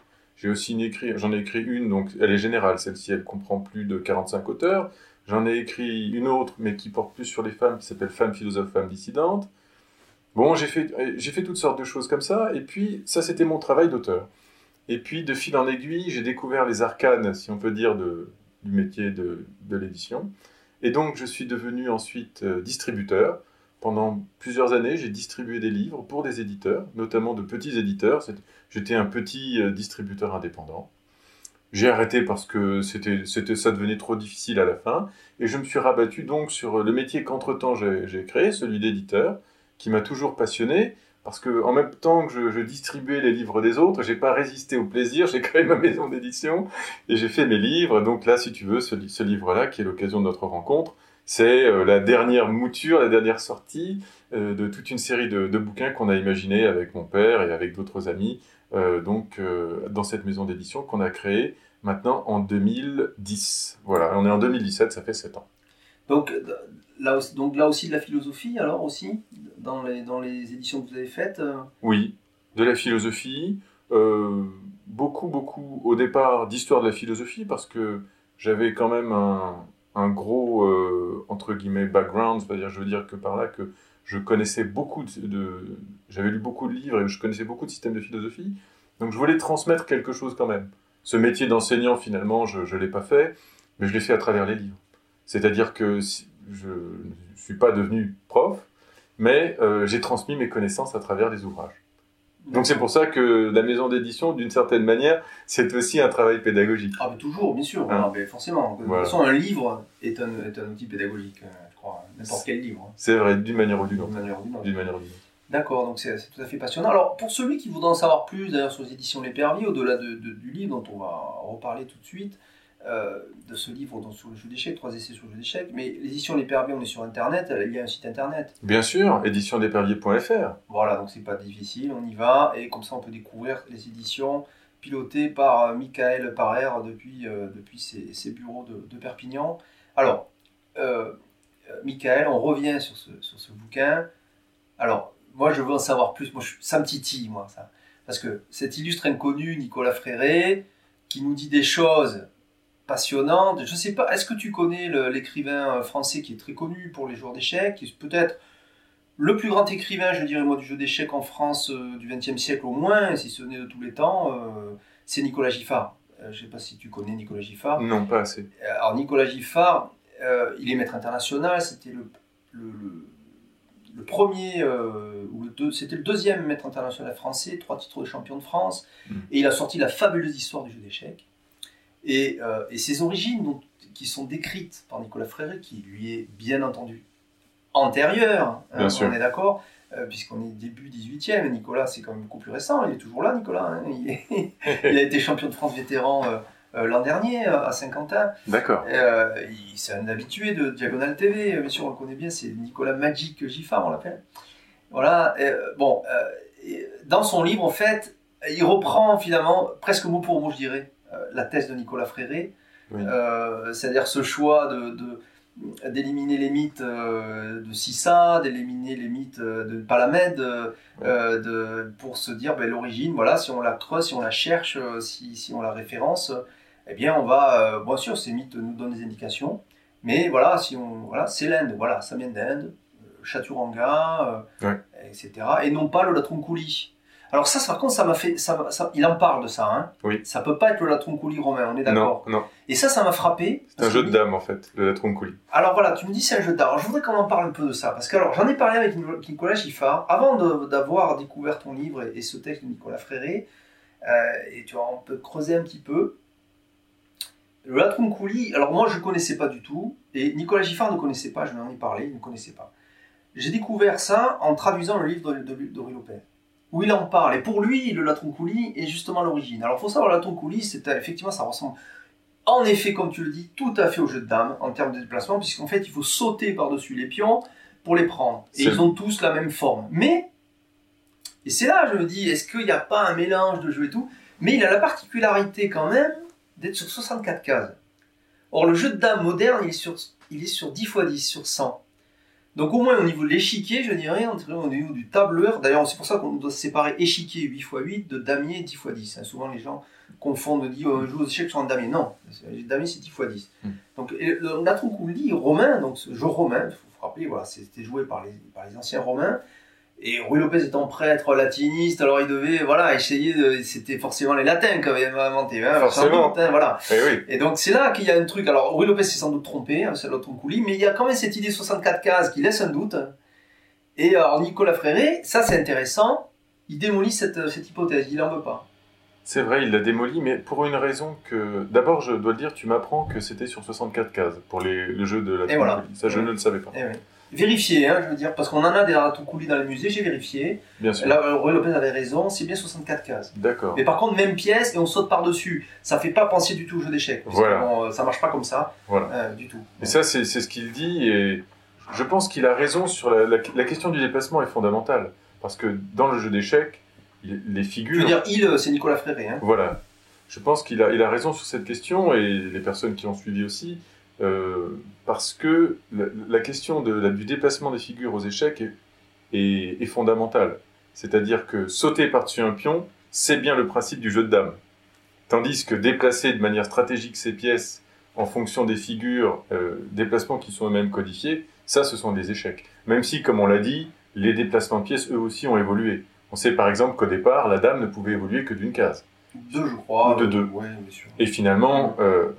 J'en ai écrit une, donc elle est générale, celle-ci elle comprend plus de 45 auteurs. J'en ai écrit une autre, mais qui porte plus sur les femmes, qui s'appelle Femmes philosophes, femmes dissidentes. Bon, j'ai fait toutes sortes de choses comme ça, et puis ça c'était mon travail d'auteur. Et puis de fil en aiguille, j'ai découvert les arcanes, si on peut dire, du métier de l'édition. Et donc je suis devenu ensuite distributeur. Pendant plusieurs années, j'ai distribué des livres pour des éditeurs, notamment de petits éditeurs. J'étais un petit distributeur indépendant. J'ai arrêté parce que ça devenait trop difficile à la fin. Et je me suis rabattu donc sur le métier qu'entre-temps j'ai créé, celui d'éditeur, qui m'a toujours passionné. Parce que en même temps que je distribuais les livres des autres, j'ai pas résisté au plaisir, j'ai créé ma maison d'édition et j'ai fait mes livres. Donc là, si tu veux, ce livre-là, qui est l'occasion de notre rencontre, c'est la dernière mouture, la dernière sortie de toute une série de bouquins qu'on a imaginés avec mon père et avec d'autres amis, dans cette maison d'édition qu'on a créée maintenant en 2010. Voilà, on est en 2017, ça fait 7 ans. Donc là aussi de la philosophie, alors aussi, dans les éditions que vous avez faites Oui, de la philosophie, beaucoup au départ d'histoire de la philosophie, parce que j'avais quand même un gros, entre guillemets, background, c'est-à-dire, je veux dire que par là, que je connaissais j'avais lu beaucoup de livres et je connaissais beaucoup de systèmes de philosophie, donc je voulais transmettre quelque chose quand même. Ce métier d'enseignant, finalement, je ne l'ai pas fait, mais je l'ai fait à travers les livres. C'est-à-dire que je ne suis pas devenu prof, mais j'ai transmis mes connaissances à travers des ouvrages. Donc c'est pour ça que la maison d'édition, d'une certaine manière, c'est aussi un travail pédagogique. Ah mais toujours, bien sûr, Hein? mais forcément. De toute façon, un livre est un outil pédagogique, je crois, n'importe quel livre. C'est vrai, d'une manière ou d'une autre. D'une manière ou d'une autre. D'accord, donc c'est tout à fait passionnant. Alors, pour celui qui voudrait en savoir plus, d'ailleurs, sur les éditions L'Épervier, au-delà du livre dont on va reparler tout de suite, de ce livre sur le jeu d'échecs, 3 essais sur le jeu d'échecs, mais l'édition L'Épervier, on est sur Internet, il y a un site Internet. Bien sûr, éditionlespervier.fr. Voilà, donc c'est pas difficile, on y va, et comme ça on peut découvrir les éditions pilotées par Michael Parer depuis ses bureaux de Perpignan. Alors, Michael, on revient sur ce bouquin. Alors, moi je veux en savoir plus, ça me titille, moi, ça. Parce que cet illustre inconnu, Nicolas Fréré, qui nous dit des choses passionnante. Je ne sais pas, est-ce que tu connais l'écrivain français qui est très connu pour les joueurs d'échecs, qui est peut-être le plus grand écrivain, je dirais moi, du jeu d'échecs en France du XXe siècle au moins, si ce n'est de tous les temps, c'est Nicolas Giffard. Je ne sais pas si tu connais Nicolas Giffard. Non, pas assez. Alors Nicolas Giffard, il est maître international, c'était le premier, c'était le deuxième maître international français, 3 titres de champion de France, et il a sorti la fabuleuse histoire du jeu d'échecs. Et ses origines, donc, qui sont décrites par Nicolas Fréré, qui lui est bien entendu antérieur, hein, on est d'accord, puisqu'on est début 18e, et Nicolas c'est quand même beaucoup plus récent, il est toujours là Nicolas, hein, il a été champion de France vétéran l'an dernier à Saint-Quentin. D'accord. C'est un habitué de Diagonale TV, bien sûr on le connaît bien, c'est Nicolas Magic Giffard on l'appelle. Voilà, dans son livre en fait, il reprend finalement, presque mot pour mot je dirais, la thèse de Nicolas Fréré, oui. C'est-à-dire ce choix d'éliminer les mythes de Sissa, d'éliminer les mythes de Palamède, pour se dire l'origine, voilà, si on la creuse, si on la cherche, si on la référence, eh bien on va, bien sûr ces mythes nous donnent des indications, Mais voilà, voilà, c'est l'Inde, voilà, ça vient d'Inde, Chaturanga, etc. Et non pas le Latrunkuli. Alors ça par contre, ça m'a fait, il en parle de ça, hein. Oui. Ça peut pas être le Latrunkuli romain, on est d'accord. Non. Et ça m'a frappé. C'est un jeu de dames en fait, le Latrunkuli. Alors voilà, tu me dis c'est un jeu de dames. Alors je voudrais qu'on en parle un peu de ça, parce que alors j'en ai parlé avec Nicolas Giffard avant d'avoir découvert ton livre et ce texte de Nicolas Fréré. Et tu vois, on peut creuser un petit peu. Le Latrunkuli, alors moi je ne connaissais pas du tout, et Nicolas Giffard ne connaissait pas, je lui en ai parlé, il ne connaissait pas. J'ai découvert ça en traduisant le livre de Ruy Lopez, où il en parle, et pour lui, le Latrunkuli est justement l'origine. Alors il faut savoir, le Latrunkuli, effectivement, ça ressemble, en effet, comme tu le dis, tout à fait au jeu de dames, en termes de déplacement, puisqu'en fait, il faut sauter par-dessus les pions pour les prendre. Et ils ont tous la même forme. Mais, et c'est là, je me dis, est-ce qu'il n'y a pas un mélange de jeux et tout? Mais il a la particularité quand même d'être sur 64 cases. Or, le jeu de dames moderne, il est sur 10 x 10, sur 100. Donc, au moins au niveau de l'échiquier, je dirais, au niveau du tableur, d'ailleurs, c'est pour ça qu'on doit séparer échiquier 8 x 8 de damier 10 x 10. Hein. Souvent, les gens confondent, disent, joue aux échecs sur un damier. Non, les damiers, c'est 10 x 10. Donc, le Latrunkuli romain, donc ce jeu romain, il faut vous rappeler, voilà, c'était joué par les anciens romains. Et Ruy Lopez étant prêtre latiniste, alors il devait essayer c'était forcément les latins qui avaient inventé, hein, forcément. Doute, hein, voilà. Oui. Et donc c'est là qu'il y a un truc. Alors Ruy Lopez s'est sans doute trompé, hein, c'est Latrunkuli, mais il y a quand même cette idée 64 cases qui laisse un doute. Et alors Nicolas Fréré, ça c'est intéressant, il démolit cette hypothèse, il n'en veut pas. C'est vrai, il l'a démoli, mais pour une raison que... D'abord, je dois le dire, tu m'apprends que c'était sur 64 cases pour le jeu de Latrunkuli. Voilà. Ça, je ne le savais pas. Vérifier, hein, je veux dire, parce qu'on en a des Latrunkuli dans les musées, j'ai vérifié. Bien sûr. Là, Ruy Lopez avait raison, c'est bien 64 cases. D'accord. Mais par contre, même pièce et on saute par-dessus. Ça fait pas penser du tout au jeu d'échecs. Voilà. Bon, ça marche pas comme ça, du tout. Et ça, c'est ce qu'il dit, et je pense qu'il a raison sur la question du déplacement est fondamentale. Parce que dans le jeu d'échecs, les figures... Je veux dire, c'est Nicolas Fréré. Hein. Voilà. Je pense qu'il a raison sur cette question, et les personnes qui ont suivi aussi, parce que la question du déplacement des figures aux échecs est fondamentale. C'est-à-dire que sauter par-dessus un pion, c'est bien le principe du jeu de dames. Tandis que déplacer de manière stratégique ces pièces en fonction des figures, déplacements qui sont eux-mêmes codifiés, ça, ce sont des échecs. Même si, comme on l'a dit, les déplacements de pièces, eux aussi, ont évolué. On sait par exemple qu'au départ, la dame ne pouvait évoluer que d'une case. Deux, je crois. Ou de deux. Ouais, bien sûr. Et finalement,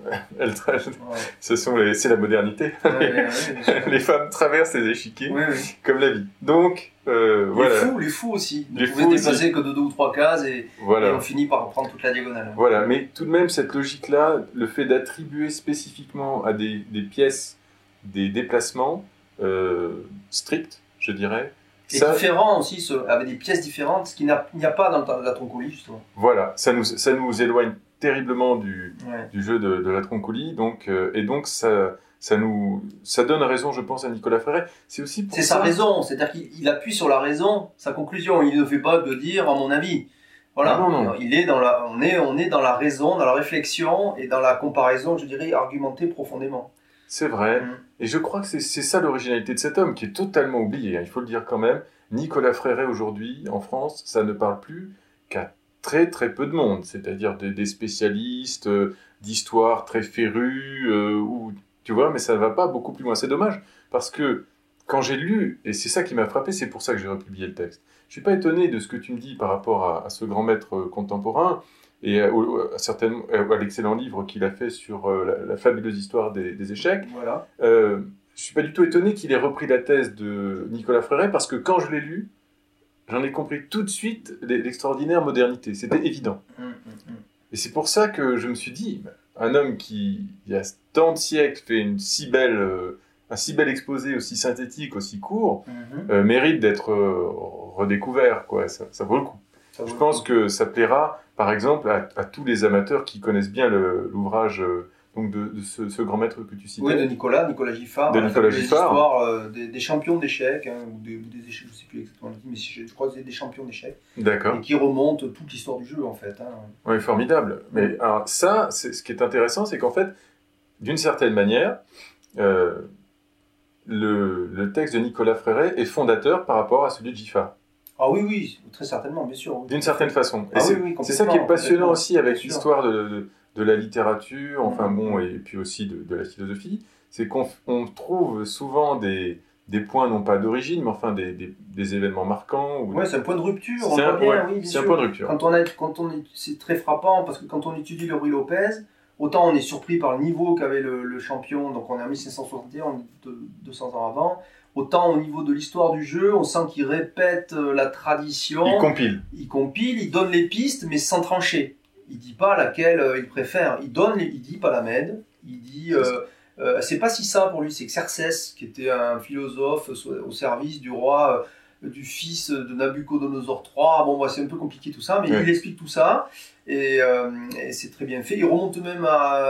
c'est la modernité. Les femmes traversent les échiquiers comme la vie. Donc, voilà. Les fous aussi. Ne pouvaient se déplacer que de 2 ou 3 cases et on finit par prendre toute la diagonale. Voilà, mais tout de même, cette logique-là, le fait d'attribuer spécifiquement à des pièces des déplacements stricts, je dirais. Et différent aussi, avec des pièces différentes, ce qu'il n'y a pas dans la Latrunkuli, justement. Voilà, ça nous éloigne terriblement du jeu de la Latrunkuli, et donc ça donne raison, je pense, à Nicolas Fréré. C'est sa raison, c'est-à-dire qu'il appuie sur la raison, sa conclusion. Il ne fait pas de dire, à mon avis. Voilà, non. On est dans la raison, dans la réflexion et dans la comparaison, je dirais, argumentée profondément. C'est vrai. Et je crois que c'est ça l'originalité de cet homme, qui est totalement oublié, hein, il faut le dire quand même. Nicolas Fréré, aujourd'hui, en France, ça ne parle plus qu'à très très peu de monde, c'est-à-dire des spécialistes d'histoire très férus, tu vois, mais ça ne va pas beaucoup plus loin. C'est dommage, parce que quand j'ai lu, et c'est ça qui m'a frappé, c'est pour ça que j'ai republié le texte, je ne suis pas étonné de ce que tu me dis par rapport à ce grand maître contemporain, et à l'excellent livre qu'il a fait sur la fabuleuse histoire des échecs. Voilà. Je suis pas du tout étonné qu'il ait repris la thèse de Nicolas Fréré, parce que quand je l'ai lu, j'en ai compris tout de suite l'extraordinaire modernité. C'était évident. Et c'est pour ça que je me suis dit, un homme qui, il y a tant de siècles, fait un si bel exposé, aussi synthétique, aussi court, mérite d'être redécouvert, quoi. Ça vaut le coup. Je pense que ça plaira, par exemple, à tous les amateurs qui connaissent bien l'ouvrage donc de ce grand maître que tu citais. Oui, de Nicolas Giffard. De Nicolas Giffard. L'histoire des champions d'échecs, hein, ou des échecs, je ne sais plus exactement, mais je crois que c'est des champions d'échecs. D'accord. Et qui remontent toute l'histoire du jeu, en fait. Hein. Oui, formidable. Mais alors, ça, ce qui est intéressant, c'est qu'en fait, d'une certaine manière, le texte de Nicolas Fréré est fondateur par rapport à celui de Giffard. Ah oui, très certainement, bien sûr. D'une certaine façon. Et c'est ça qui est passionnant aussi avec l'histoire de la littérature, enfin bon, et puis aussi de la philosophie, c'est qu'on trouve souvent des points, non pas d'origine, mais enfin des événements marquants. Ouais, c'est un point de rupture, on voit bien, oui, bien c'est sûr. un point de rupture. C'est très frappant, parce que quand on étudie le Ruy Lopez, autant on est surpris par le niveau qu'avait le champion, donc on est en 1561, on est 200 ans avant, autant au niveau de l'histoire du jeu, on sent qu'il répète la tradition. Il compile, il donne les pistes, mais sans trancher. Il dit pas laquelle il préfère. Il dit Palamède, il dit... c'est pas si ça pour lui, c'est Xerxès, qui était un philosophe au service du roi, du fils de Nabucodonosor III. Bon, c'est un peu compliqué tout ça, mais il explique tout ça, et c'est très bien fait. Il remonte même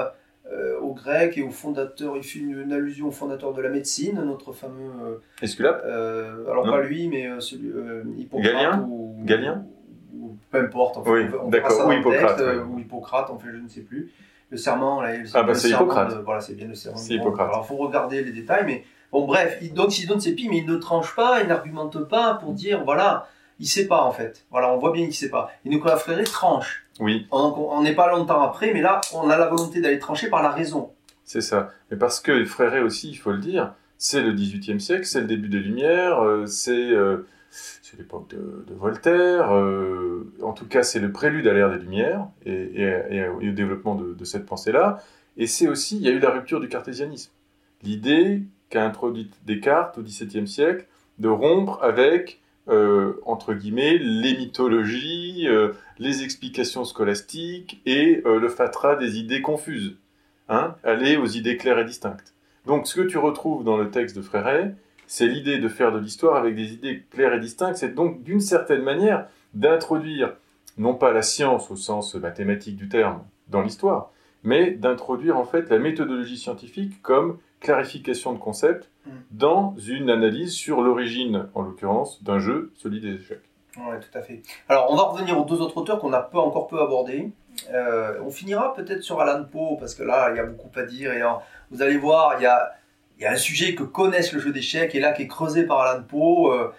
aux Grecs et au fondateur, il fait une allusion au fondateur de la médecine, notre fameux... Esculape alors non. Pas lui, mais celui... Hippocrate Galien peu importe, oui, d'accord, ou Hippocrate. Ou Hippocrate, en fait, je ne sais plus. Le serment, là, c'est Hippocrate. Voilà, c'est bien le serment. C'est Hippocrate. Alors, il faut regarder les détails, mais bon, bref, il donne ses pieds, mais il ne tranche pas, il n'argumente pas pour dire, voilà, il ne sait pas, en fait. Voilà, on voit bien qu'il ne sait pas. Et Nicolas Fréret tranche. Oui. On n'est pas longtemps après, mais là, on a la volonté d'aller trancher par la raison. C'est ça. Mais parce que Fréret aussi, il faut le dire, c'est le XVIIIe siècle, c'est le début des Lumières, c'est l'époque de Voltaire, en tout cas c'est le prélude à l'ère des Lumières et au développement de cette pensée-là, et c'est aussi, il y a eu la rupture du cartésianisme. L'idée qu'a introduite Descartes au XVIIe siècle de rompre avec, entre guillemets, les mythologies, les explications scolastiques et le fatras des idées confuses, aller aux idées claires et distinctes. Donc ce que tu retrouves dans le texte de Fréret, c'est l'idée de faire de l'histoire avec des idées claires et distinctes, c'est donc d'une certaine manière d'introduire, non pas la science au sens mathématique du terme dans l'histoire, mais d'introduire en fait la méthodologie scientifique comme clarification de concepts dans une analyse sur l'origine, en l'occurrence, d'un jeu, celui des échecs. Oui, tout à fait. Alors, on va revenir aux deux autres auteurs qu'on a encore peu abordés. On finira peut-être sur Allan Poe, parce que là, il y a beaucoup à dire, et vous allez voir, il y a un sujet que connaissent le jeu d'échecs et là qui est creusé par Allan Poe.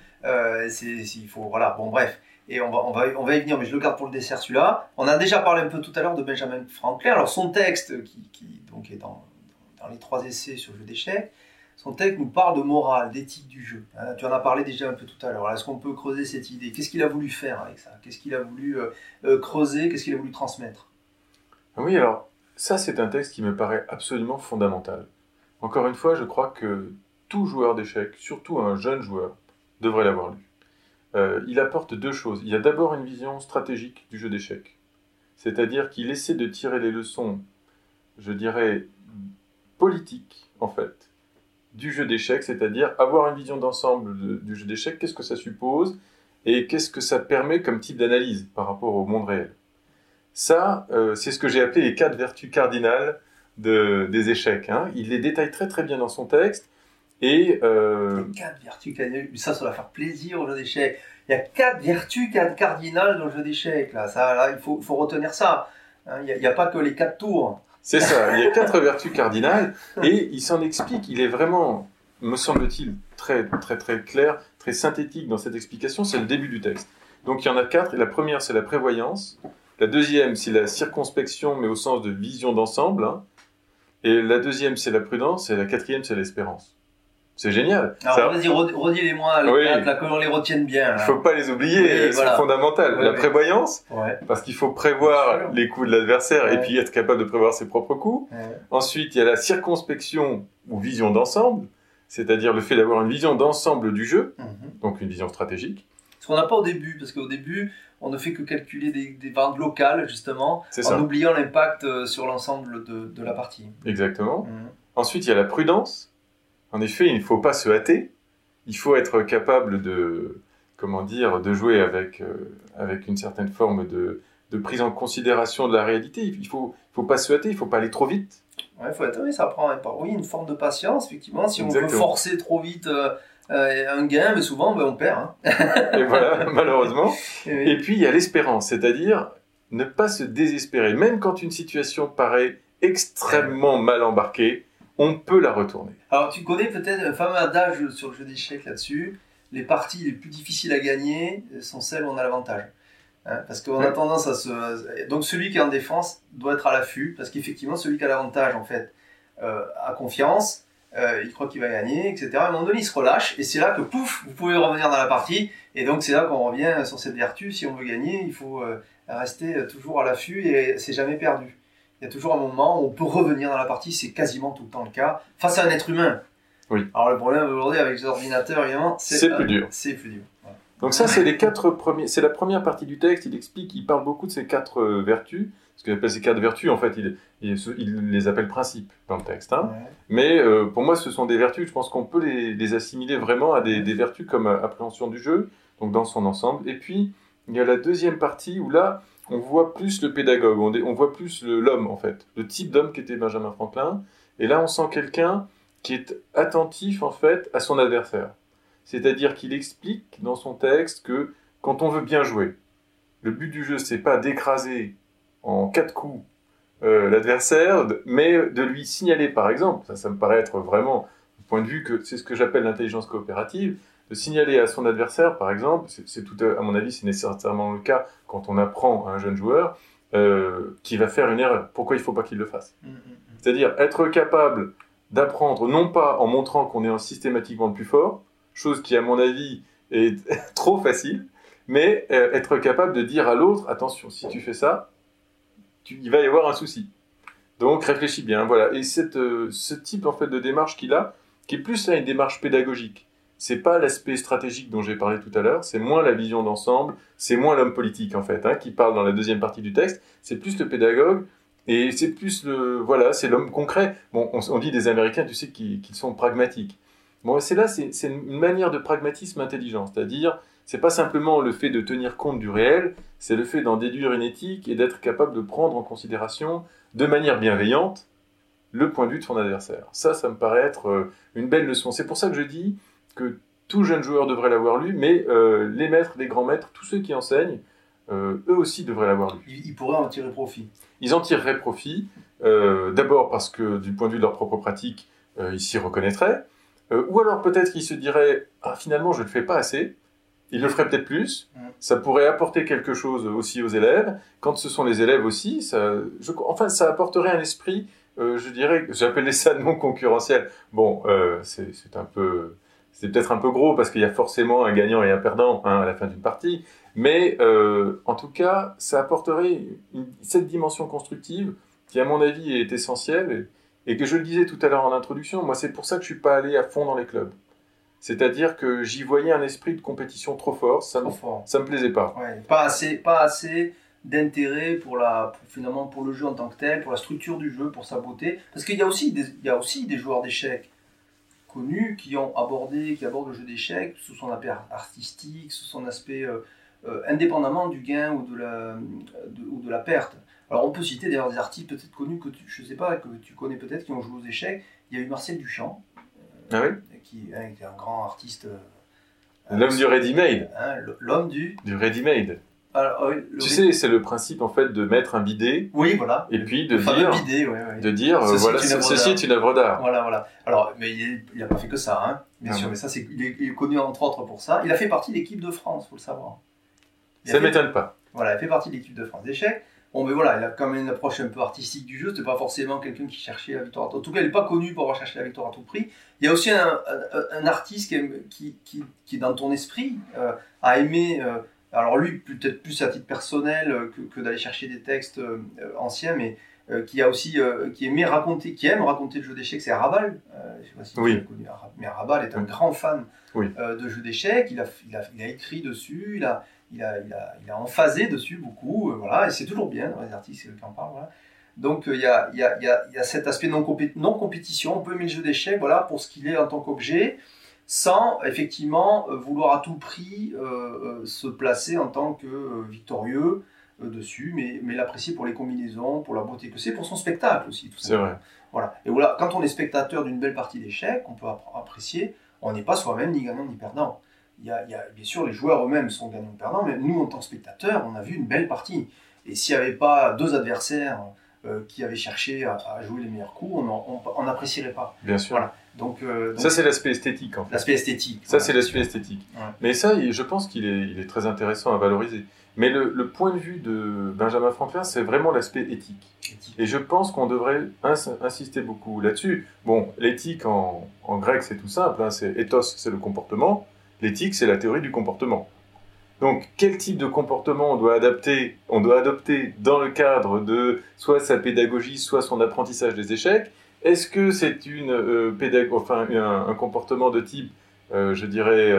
Il faut, voilà, bon bref. Et on va y venir, mais je le garde pour le dessert celui-là. On a déjà parlé un peu tout à l'heure de Benjamin Franklin. Alors son texte, qui donc est dans les 3 essais sur le jeu d'échecs, son texte nous parle de morale, d'éthique du jeu. Tu en as parlé déjà un peu tout à l'heure. Est-ce qu'on peut creuser cette idée ? Qu'est-ce qu'il a voulu faire avec ça ? Qu'est-ce qu'il a voulu creuser ? Qu'est-ce qu'il a voulu transmettre ? Oui, alors ça c'est un texte qui me paraît absolument fondamental. Encore une fois, je crois que tout joueur d'échecs, surtout un jeune joueur, devrait l'avoir lu. Il apporte 2 choses. Il y a d'abord une vision stratégique du jeu d'échecs. C'est-à-dire qu'il essaie de tirer les leçons, je dirais, politiques, en fait, du jeu d'échecs, c'est-à-dire avoir une vision d'ensemble du jeu d'échecs, qu'est-ce que ça suppose, et qu'est-ce que ça permet comme type d'analyse par rapport au monde réel. Ça, c'est ce que j'ai appelé les 4 vertus cardinales des échecs. Il les détaille très très bien dans son texte. Et 4 vertus cardinales, ça va faire plaisir au jeu d'échecs. Il y a 4 vertus cardinales dans le jeu d'échecs. Là, il faut retenir ça. Il n'y a pas que les 4 tours. C'est ça, il y a 4 vertus cardinales et il s'en explique. Il est vraiment, me semble-t-il, très très très clair, très synthétique dans cette explication. C'est le début du texte. Donc il y en a 4. Et la première, c'est la prévoyance. La deuxième, c'est la circonspection, mais au sens de vision d'ensemble. Et la deuxième, c'est la prudence. Et la quatrième, c'est l'espérance. C'est génial. Alors, vas-y, redis-les-moi, que l'on les retienne bien. Il ne faut pas les oublier, elles sont fondamentales. La prévoyance, parce qu'il faut prévoir les coups de l'adversaire et puis être capable de prévoir ses propres coups. Ensuite, il y a la circonspection ou vision d'ensemble, c'est-à-dire le fait d'avoir une vision d'ensemble du jeu, donc une vision stratégique. Ce qu'on n'a pas au début, parce qu'au début, on ne fait que calculer des ventes locales, justement, en oubliant l'impact sur l'ensemble de la partie. Exactement. Ensuite, il y a la prudence. En effet, il ne faut pas se hâter. Il faut être capable de jouer avec une certaine forme de prise en considération de la réalité. Il faut pas se hâter, il ne faut pas aller trop vite. Ouais, ça prend une forme de patience, effectivement. Si on veut forcer trop vite un gain, mais souvent on perd. Et voilà, malheureusement. Et puis il y a l'espérance, c'est-à-dire ne pas se désespérer. Même quand une situation paraît extrêmement mal embarquée, on peut la retourner. Alors, tu connais peut-être un fameux adage sur le jeu d'échecs là-dessus. Les parties les plus difficiles à gagner sont celles où on a l'avantage. Parce qu'on a tendance à se... Donc, celui qui est en défense doit être à l'affût, parce qu'effectivement, celui qui a l'avantage, en fait, a confiance, il croit qu'il va gagner, etc. À un moment donné, il se relâche, et c'est là que, pouf, vous pouvez revenir dans la partie, et donc c'est là qu'on revient sur cette vertu. Si on veut gagner, il faut rester toujours à l'affût, et c'est jamais perdu. Il y a toujours un moment où on peut revenir dans la partie, c'est quasiment tout le temps le cas, face à un être humain. Oui. Alors le problème aujourd'hui avec les ordinateurs, évidemment, c'est plus dur. C'est plus dur. Voilà. Donc ça, c'est c'est la première partie du texte. Il parle beaucoup de ces 4 vertus. Ce qu'il appelle ces 4 vertus, en fait, il les appelle principes dans le texte. Hein. Ouais. Mais pour moi, ce sont des vertus. Je pense qu'on peut les assimiler vraiment à des vertus comme appréhension du jeu, donc dans son ensemble. Et puis, il y a la deuxième partie où là, on voit plus le pédagogue, on voit plus l'homme, en fait, le type d'homme qu'était Benjamin Franklin. Et là, on sent quelqu'un qui est attentif, en fait, à son adversaire. C'est-à-dire qu'il explique dans son texte que quand on veut bien jouer, le but du jeu, c'est pas d'écraser en 4 coups l'adversaire, mais de lui signaler, par exemple, ça me paraît être vraiment, du point de vue que c'est ce que j'appelle l'intelligence coopérative, de signaler à son adversaire, par exemple, c'est tout à mon avis, c'est nécessairement le cas quand on apprend à un jeune joueur qui va faire une erreur. Pourquoi il ne faut pas qu'il le fasse ? C'est-à-dire être capable d'apprendre, non pas en montrant qu'on est systématiquement le plus fort, chose qui, à mon avis, est trop facile, mais être capable de dire à l'autre, attention, si tu fais ça, il va y avoir un souci. Donc réfléchis bien, voilà. Et ce type en fait de démarche qu'il a, qui est plus là une démarche pédagogique. C'est pas l'aspect stratégique dont j'ai parlé tout à l'heure, c'est moins la vision d'ensemble, c'est moins l'homme politique en fait, qui parle dans la deuxième partie du texte. C'est plus le pédagogue et c'est plus c'est l'homme concret. Bon, on dit des Américains, tu sais, qu'ils sont pragmatiques. Bon, c'est une manière de pragmatisme intelligent, c'est-à-dire c'est pas simplement le fait de tenir compte du réel, c'est le fait d'en déduire une éthique et d'être capable de prendre en considération, de manière bienveillante, le point de vue de son adversaire. Ça me paraît être une belle leçon. C'est pour ça que je dis que tout jeune joueur devrait l'avoir lu, mais les maîtres, les grands maîtres, tous ceux qui enseignent, eux aussi devraient l'avoir lu. Ils pourraient en tirer profit. Ils en tireraient profit, d'abord parce que du point de vue de leur propre pratique, ils s'y reconnaîtraient, ou alors peut-être qu'ils se diraient « Ah, finalement, je ne le fais pas assez », ils le feraient peut-être plus, ça pourrait apporter quelque chose aussi aux élèves. Quand ce sont les élèves aussi, ça apporterait un esprit, je dirais, j'appelais ça non concurrentiel. Bon, c'est peut-être un peu gros parce qu'il y a forcément un gagnant et un perdant à la fin d'une partie, mais en tout cas, ça apporterait cette dimension constructive qui, à mon avis, est essentielle et que je le disais tout à l'heure en introduction, moi c'est pour ça que je ne suis pas allé à fond dans les clubs. C'est-à-dire que j'y voyais un esprit de compétition trop fort, ça me plaisait pas. Ouais, pas assez d'intérêt finalement pour le jeu en tant que tel, pour la structure du jeu, pour sa beauté. Parce qu'il y a aussi des joueurs d'échecs connus qui abordent le jeu d'échecs sous son aspect artistique, sous son aspect indépendamment du gain ou de la perte. Alors on peut citer d'ailleurs des artistes peut-être connus que tu connais peut-être, qui ont joué aux échecs. Il y a eu Marcel Duchamp. Ah oui ? Qui est un grand artiste. L'homme du ready-made. L'homme du ready-made. Alors, tu sais, c'est le principe en fait de mettre un bidet. Oui, voilà. Et puis de dire, ceci est une œuvre d'art. Voilà. Alors, mais il n'a pas fait que ça, hein, bien sûr. Mais ça, il est connu entre autres pour ça. Il a fait partie de l'équipe de France, faut le savoir. Ça m'étonne pas. Voilà, il a fait partie de l'équipe de France d'échecs. Bon, mais voilà, il a quand même une approche un peu artistique du jeu. C'était pas forcément quelqu'un qui cherchait la victoire. En tout cas, il n'est pas connu pour avoir cherché la victoire à tout prix. Il y a aussi un artiste qui dans ton esprit, a aimé. Alors lui, peut-être plus à titre personnel que d'aller chercher des textes anciens, mais qui aime raconter le jeu d'échecs, c'est Rabal. Je ne sais pas si tu l'as connu, mais Rabal est un grand fan de jeux d'échecs. Il a écrit dessus, il a emphasé dessus beaucoup, voilà, et c'est toujours bien dans les artistes qui en parlent. Voilà. Donc il y a cet aspect non-compétition. On peut aimer le jeu d'échecs, voilà, pour ce qu'il est en tant qu'objet, sans effectivement vouloir à tout prix se placer en tant que victorieux dessus, mais l'apprécier pour les combinaisons, pour la beauté que c'est, pour son spectacle aussi. Tout ça. C'est vrai. Voilà. Et voilà, quand on est spectateur d'une belle partie d'échecs, on peut apprécier, on n'est pas soi-même ni gagnant ni perdant. Il y a bien sûr, les joueurs eux-mêmes sont gagnants ou perdants, mais nous, en tant que spectateurs, on a vu une belle partie. Et s'il n'y avait pas deux adversaires qui avaient cherché à jouer les meilleurs coups, on n'apprécierait pas. Bien sûr. Voilà. Donc, ça, c'est l'aspect esthétique, en fait. L'aspect esthétique. Ça, c'est l'aspect esthétique. Ouais. Mais ça, je pense qu'il est très intéressant à valoriser. Mais le point de vue de Benjamin Franklin, c'est vraiment l'aspect éthique. Et je pense qu'on devrait insister beaucoup là-dessus. Bon, l'éthique en grec, c'est tout simple, hein, c'est ethos, c'est le comportement. L'éthique, c'est la théorie du comportement. Donc, quel type de comportement on doit adopter dans le cadre de soit sa pédagogie, soit son apprentissage des échecs? Est-ce que c'est un comportement de type, je dirais,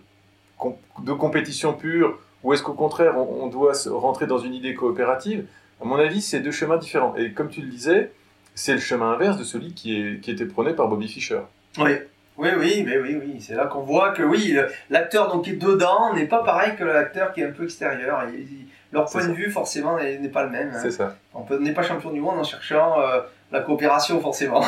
de compétition pure, ou est-ce qu'au contraire, on doit rentrer dans une idée coopérative? À mon avis, c'est deux chemins différents. Et comme tu le disais, c'est le chemin inverse de celui qui était prôné par Bobby Fischer. Oui. Oui. C'est là qu'on voit que oui, l'acteur donc qui est dedans n'est pas pareil que l'acteur qui est un peu extérieur. Leur point de vue forcément n'est pas le même. C'est ça. On n'est pas champion du monde en cherchant la coopération forcément.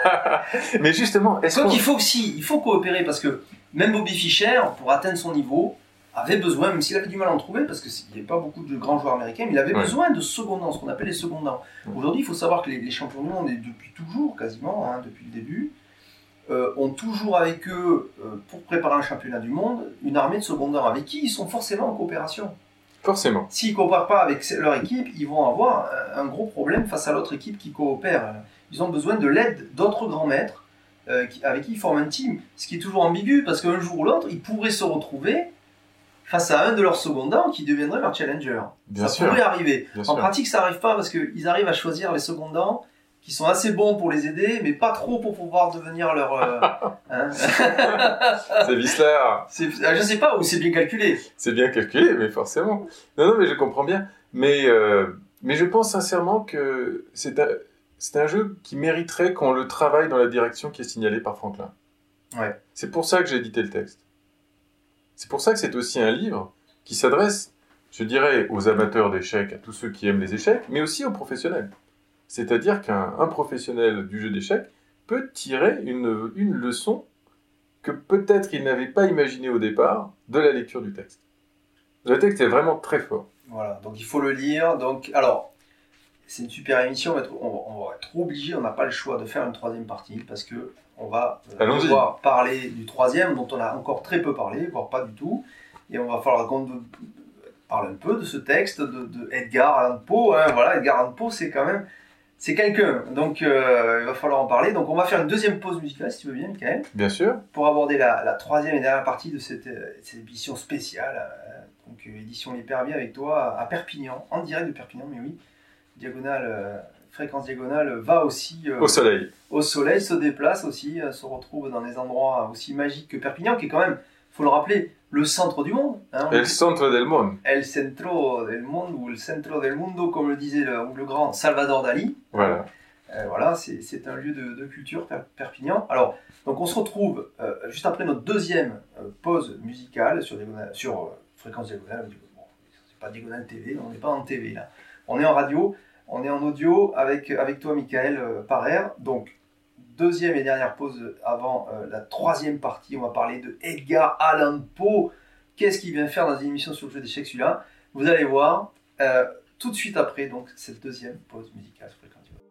Mais justement, donc il faut coopérer parce que même Bobby Fischer, pour atteindre son niveau, avait besoin, même s'il avait du mal à en trouver, parce qu'il n'y avait pas beaucoup de grands joueurs américains, mais il avait besoin de secondants, ce qu'on appelle les secondants. Aujourd'hui, il faut savoir que les champions du monde, et depuis toujours quasiment, depuis le début, ont toujours avec eux, pour préparer un championnat du monde, une armée de secondants avec qui ils sont forcément en coopération. Forcément. S'ils ne coopèrent pas avec leur équipe, ils vont avoir un gros problème face à l'autre équipe qui coopère. Ils ont besoin de l'aide d'autres grands maîtres avec qui ils forment un team. Ce qui est toujours ambigu, parce qu'un jour ou l'autre, ils pourraient se retrouver face à un de leurs secondants qui deviendrait leur challenger. Ça pourrait arriver. En pratique, ça n'arrive pas parce qu'ils arrivent à choisir les secondants qui sont assez bons pour les aider, mais pas trop pour pouvoir devenir leur... C'est vicelard. Je sais pas, ou c'est bien calculé. C'est bien calculé, mais forcément. Non, mais je comprends bien. Mais je pense sincèrement que c'est un jeu qui mériterait qu'on le travaille dans la direction qui est signalée par Franklin. Ouais. C'est pour ça que j'ai édité le texte. C'est pour ça que c'est aussi un livre qui s'adresse, je dirais, aux amateurs d'échecs, à tous ceux qui aiment les échecs, mais aussi aux professionnels. C'est-à-dire qu'un professionnel du jeu d'échecs peut tirer une leçon que peut-être il n'avait pas imaginée au départ de la lecture du texte. Le texte est vraiment très fort. Voilà, donc il faut le lire. Donc, alors, c'est une super émission, on va être obligé, on n'a pas le choix de faire une troisième partie parce que on va devoir parler du troisième dont on a encore très peu parlé, voire pas du tout. Et on va falloir qu'on parle un peu de ce texte de Edgar Allan Poe. Voilà, Edgar Allan Poe, c'est quelqu'un, donc il va falloir en parler. Donc on va faire une deuxième pause musicale, si tu veux bien, Michael. Bien sûr. Pour aborder la troisième et dernière partie de cette émission spéciale. Donc édition L'Hyperbier avec toi à Perpignan, en direct de Perpignan, mais oui. Fréquence diagonale va aussi... au soleil. Au soleil, se déplace aussi, se retrouve dans des endroits aussi magiques que Perpignan, qui est quand même, il faut le rappeler, le centre du monde. El centro del mundo. El centro del mundo, ou el centro del mundo, comme le disait le grand Salvador Dali. Voilà. Voilà, c'est un lieu de culture, Perpignan. Alors, donc on se retrouve juste après notre deuxième pause musicale sur Fréquence diagonale. Bon, c'est pas Diagonale TV, on n'est pas en TV là. On est en radio, on est en audio avec toi, Michael Parer. Donc, deuxième et dernière pause avant la troisième partie. On va parler de Edgar Allan Poe. Qu'est-ce qu'il vient faire dans une émission sur le jeu d'échecs, celui-là? Vous allez voir tout de suite après donc, cette deuxième pause musicale sur Fréquence diagonale.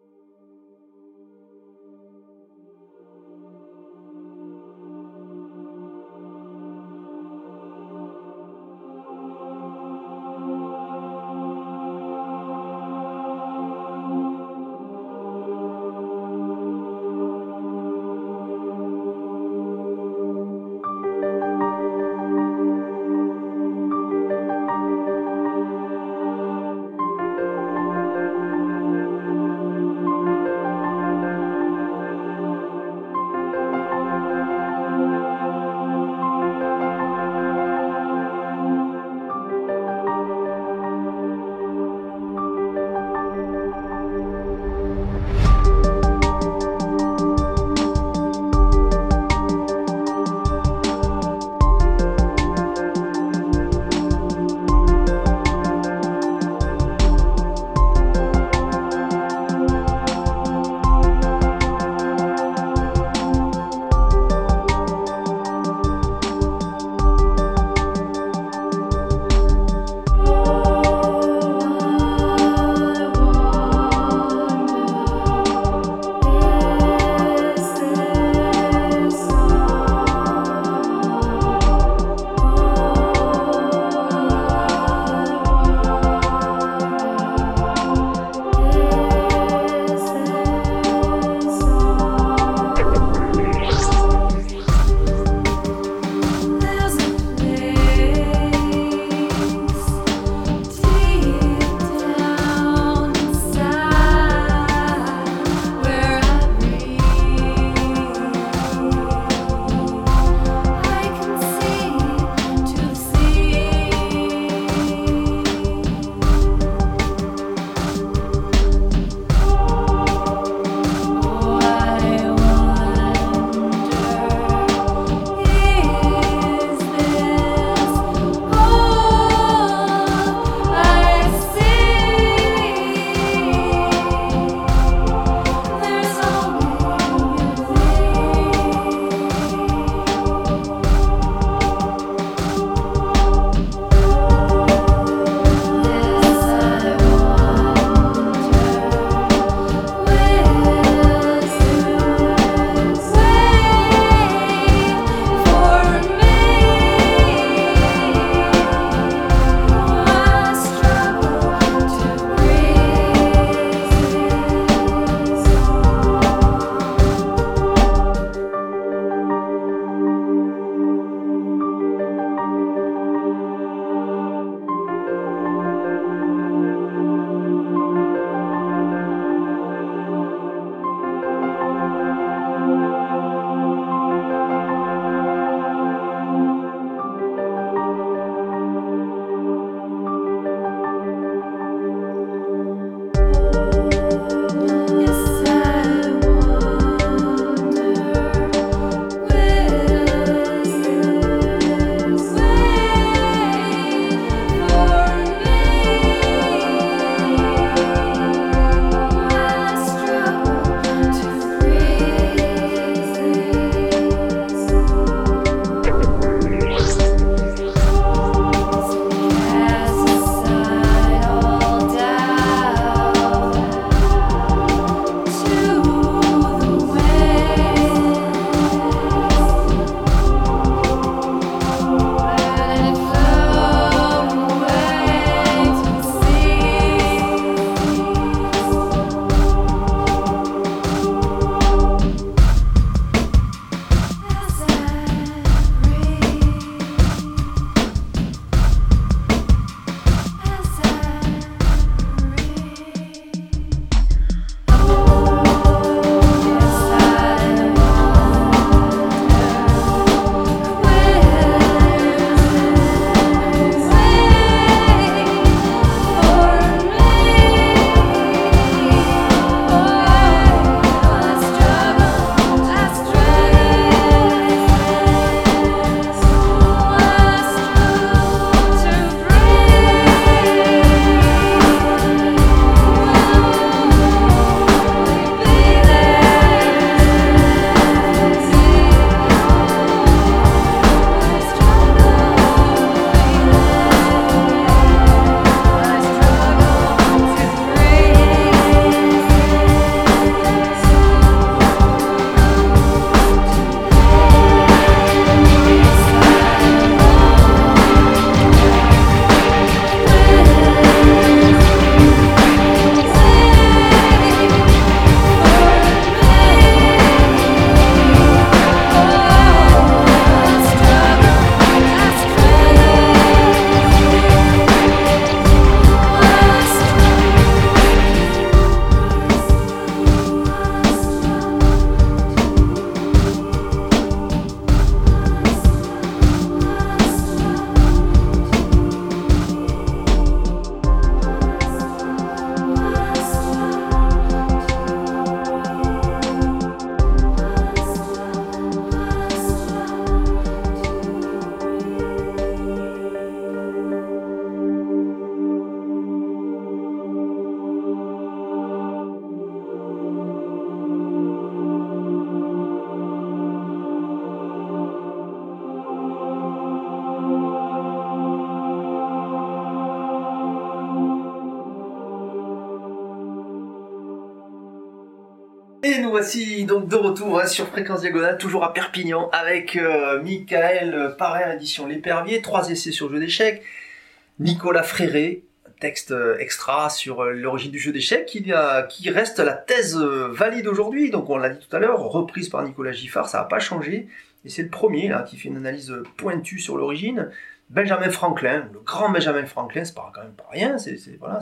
Et nous voici donc de retour sur Fréquence Diagonale, toujours à Perpignan, avec Michael Parrain, édition L'Épervier, 3 essais sur le jeu d'échecs, Nicolas Fréré, texte extra sur l'origine du jeu d'échecs, qui reste la thèse valide aujourd'hui, donc on l'a dit tout à l'heure, reprise par Nicolas Giffard, ça n'a pas changé, et c'est le premier là, qui fait une analyse pointue sur l'origine. Benjamin Franklin, le grand Benjamin Franklin, c'est quand même pas rien, c'est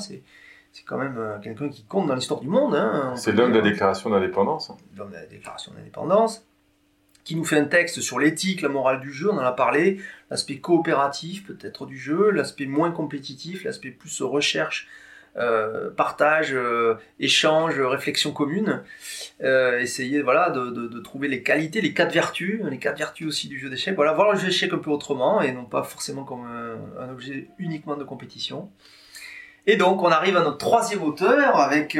quand même quelqu'un qui compte dans l'histoire du monde. Hein, c'est l'homme de la déclaration d'indépendance. L'homme de la déclaration d'indépendance, qui nous fait un texte sur l'éthique, la morale du jeu, on en a parlé, l'aspect coopératif peut-être du jeu, l'aspect moins compétitif, l'aspect plus recherche, partage, échange, réflexion commune, essayer de trouver les qualités, les 4 vertus aussi du jeu d'échecs, voir le jeu d'échecs un peu autrement, et non pas forcément comme un objet uniquement de compétition. Et donc on arrive à notre 3e auteur avec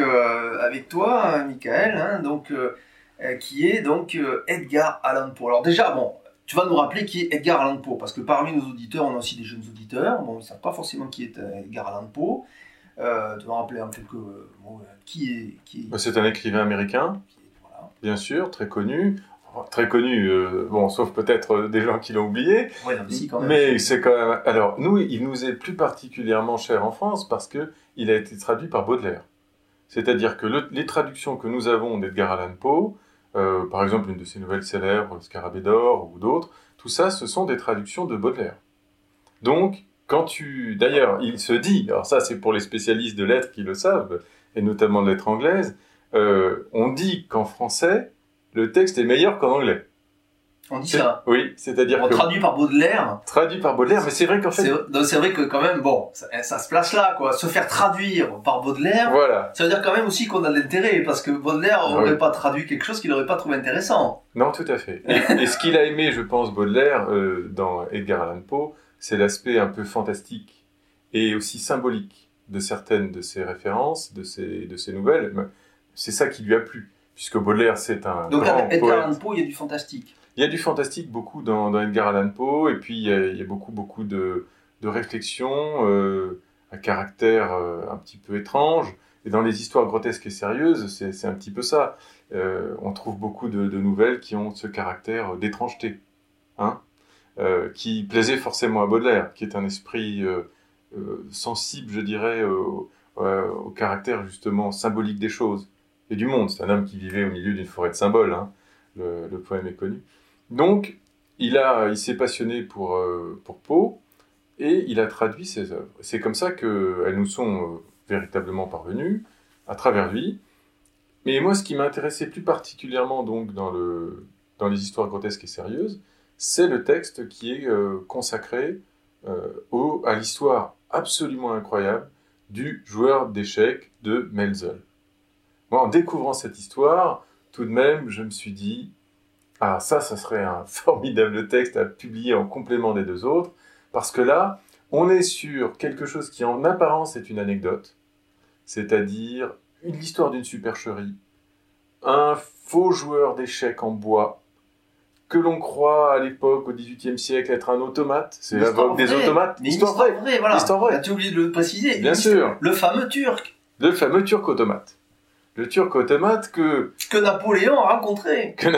toi, Michael, hein, qui est donc Edgar Allan Poe. Alors déjà, bon, tu vas nous rappeler qui est Edgar Allan Poe, parce que parmi nos auditeurs, on a aussi des jeunes auditeurs, bon, ils ne savent pas forcément qui est Edgar Allan Poe. Tu vas rappeler en quelques mots qui est... C'est un écrivain américain, voilà. Bien sûr, très connu. Très connu, sauf peut-être des gens qui l'ont oublié. Ouais, non, si, quand même. Mais c'est quand même... Alors, il nous est plus particulièrement cher en France parce qu'il a été traduit par Baudelaire. C'est-à-dire que les traductions que nous avons d'Edgar Allan Poe, par exemple une de ses nouvelles célèbres, Le Scarabée d'or ou d'autres, tout ça, ce sont des traductions de Baudelaire. Donc, D'ailleurs, il se dit, alors ça c'est pour les spécialistes de lettres qui le savent, et notamment de lettres anglaises, on dit qu'en français, le texte est meilleur qu'en anglais. On dit ça. Oui, c'est-à-dire que... Traduit par Baudelaire. Traduit par Baudelaire, mais c'est vrai qu'en fait... C'est vrai que quand même, bon, ça se place là, quoi. Se faire traduire par Baudelaire, voilà. Ça veut dire quand même aussi qu'on a de l'intérêt, parce que Baudelaire n'aurait pas traduit quelque chose qu'il n'aurait pas trouvé intéressant. Non, tout à fait. Et ce qu'il a aimé, je pense, Baudelaire, dans Edgar Allan Poe, c'est l'aspect un peu fantastique et aussi symbolique de certaines de ses références, de ses nouvelles. C'est ça qui lui a plu, puisque Baudelaire, c'est un Donc, grand avec Edgar poète. Allan Poe, il y a du fantastique. Il y a du fantastique beaucoup dans Edgar Allan Poe, et puis il y a beaucoup de réflexions à caractère un petit peu étrange. Et dans les histoires grotesques et sérieuses, c'est un petit peu ça. On trouve beaucoup de nouvelles qui ont ce caractère d'étrangeté, hein, qui plaisait forcément à Baudelaire, qui est un esprit sensible, je dirais, au caractère justement symbolique des choses et du monde. C'est un homme qui vivait au milieu d'une forêt de symboles, hein. Le poème est connu. Donc, il s'est passionné pour Poe et il a traduit ses œuvres. C'est comme ça qu'elles nous sont véritablement parvenues, à travers lui. Mais moi, ce qui m'a intéressé plus particulièrement donc, dans les histoires grotesques et sérieuses, c'est le texte qui est consacré à l'histoire absolument incroyable du joueur d'échecs de Melzel. Moi, en découvrant cette histoire, tout de même, je me suis dit, ah, ça serait un formidable texte à publier en complément des 2 autres, parce que là, on est sur quelque chose qui en apparence est une anecdote, c'est-à-dire l'histoire d'une supercherie, un faux joueur d'échecs en bois, que l'on croit à l'époque, au XVIIIe siècle, être un automate. C'est la vogue des automates. Mais histoire vraie, voilà. Histoire vraie. Tu as oublié de le préciser. Bien sûr. Le fameux Turc. Le fameux Turc automate. Le Turc automate que Napoléon a rencontré. Que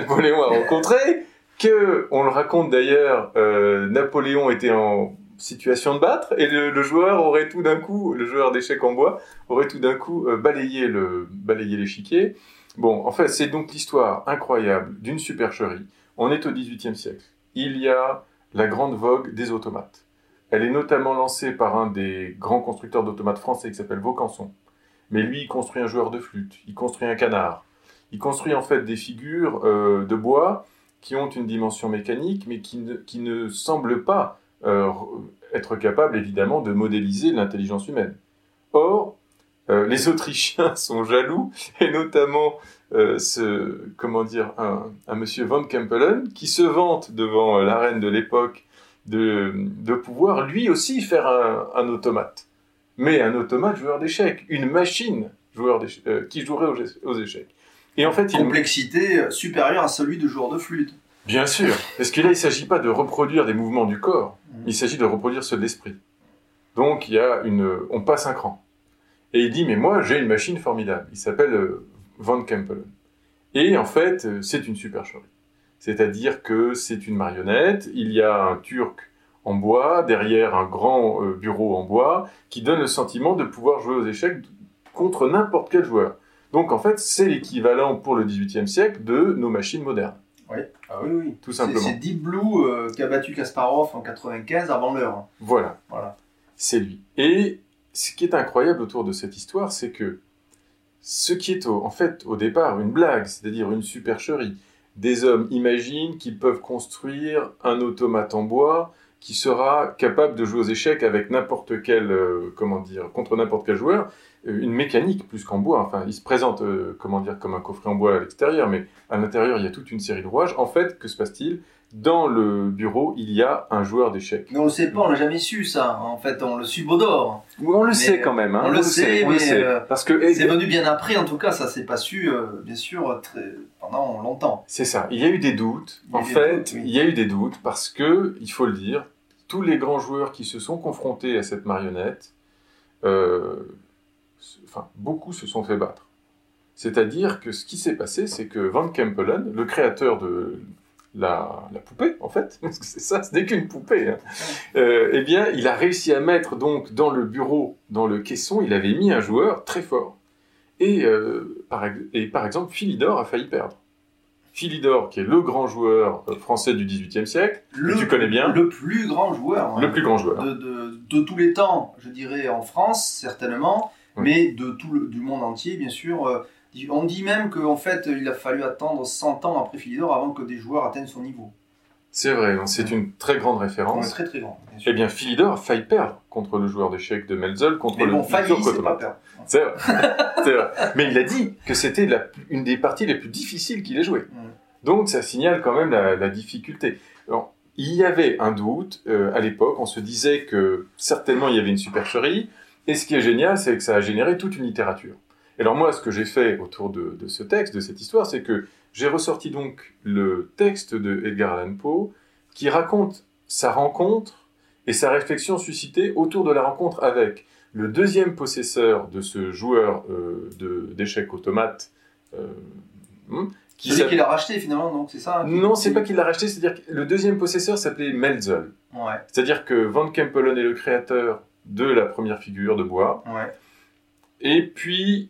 on le raconte d'ailleurs, Napoléon était en situation de battre, et le joueur aurait tout d'un coup, le joueur d'échecs en bois, aurait tout d'un coup balayé l'échiquier. Bon, en fait, c'est donc l'histoire incroyable d'une supercherie. On est au XVIIIe siècle. Il y a la grande vogue des automates. Elle est notamment lancée par un des grands constructeurs d'automates français qui s'appelle Vaucanson. Mais lui, il construit un joueur de flûte, il construit un canard. Il construit en fait des figures de bois qui ont une dimension mécanique, mais qui ne semblent pas être capables, évidemment, de modéliser l'intelligence humaine. Or, les Autrichiens sont jaloux, et notamment un monsieur von Kempelen, qui se vante devant la reine de l'époque de pouvoir lui aussi faire un automate. Mais un automate joueur d'échecs, une machine qui jouerait aux échecs. Et en fait, complexité supérieure à celui de joueur de flûte. Bien sûr, parce que là, il ne s'agit pas de reproduire des mouvements du corps, il s'agit de reproduire ceux de l'esprit. Donc, on passe un cran. Et il dit, mais moi, j'ai une machine formidable. Il s'appelle von Kempelen. Et en fait, c'est une supercherie. C'est-à-dire que c'est une marionnette, il y a un turc en bois, derrière un grand bureau en bois, qui donne le sentiment de pouvoir jouer aux échecs contre n'importe quel joueur. Donc en fait, c'est l'équivalent pour le XVIIIe siècle de nos machines modernes. Oui, ah oui, oui. Tout simplement. C'est Deep Blue qui a battu Kasparov en 95 avant l'heure. Voilà. Voilà. C'est lui. Et ce qui est incroyable autour de cette histoire, c'est que ce qui est en fait au départ une blague, c'est-à-dire une supercherie, des hommes imaginent qu'ils peuvent construire un automate en bois qui sera capable de jouer aux échecs avec n'importe quel, contre n'importe quel joueur, une mécanique plus qu'en bois. Enfin, il se présente, comme un coffret en bois à l'extérieur, mais à l'intérieur, il y a toute une série de rouages. En fait, que se passe-t-il ? Dans le bureau, il y a un joueur d'échecs. Mais on le sait pas, on l'a jamais su ça. En fait, on le subodore. Oui, on le sait quand même. Hein. On le sait, mais parce que c'est venu bien après. En tout cas, ça s'est pas su, bien sûr, pendant longtemps. C'est ça. Il y a eu des doutes. Il y a eu des doutes parce que, il faut le dire, tous les grands joueurs qui se sont confrontés à cette marionnette, beaucoup se sont fait battre. C'est-à-dire que ce qui s'est passé, c'est que Van Kempelen, le créateur de la poupée, en fait, parce que c'est ça, ce n'est qu'une poupée, hein. Eh bien, il a réussi à mettre donc dans le bureau, dans le caisson, il avait mis un joueur très fort. Et par exemple, Philidor a failli perdre. Philidor, qui est le grand joueur français du XVIIIe siècle, que tu connais bien. Le plus grand joueur. Le plus grand joueur. De tous les temps, je dirais en France, certainement, oui. Mais du monde entier, bien sûr. On dit même qu'en fait, il a fallu attendre 100 ans après Philidor avant que des joueurs atteignent son niveau. C'est vrai, c'est une très grande référence. Ouais, très très grande. Eh bien, Philidor a failli perdre contre le joueur d'échecs de Melzel, contre le turc automate. C'est vrai. C'est vrai. Mais il a dit que c'était une des parties les plus difficiles qu'il ait jouées. Donc, ça signale quand même la difficulté. Alors, il y avait un doute à l'époque. On se disait que certainement il y avait une supercherie. Et ce qui est génial, c'est que ça a généré toute une littérature. Et alors moi, ce que j'ai fait autour de ce texte, de cette histoire, c'est que j'ai ressorti donc le texte de Edgar Allan Poe qui raconte sa rencontre et sa réflexion suscitée autour de la rencontre avec le deuxième possesseur de ce joueur d'échecs automate. Celui qu'il a racheté finalement, donc c'est ça? Non, c'est pas qu'il l'a racheté, c'est-à-dire que le deuxième possesseur s'appelait Melzel. Ouais. C'est-à-dire que Van Kempelen est le créateur de la première figure de bois. Ouais. Et puis,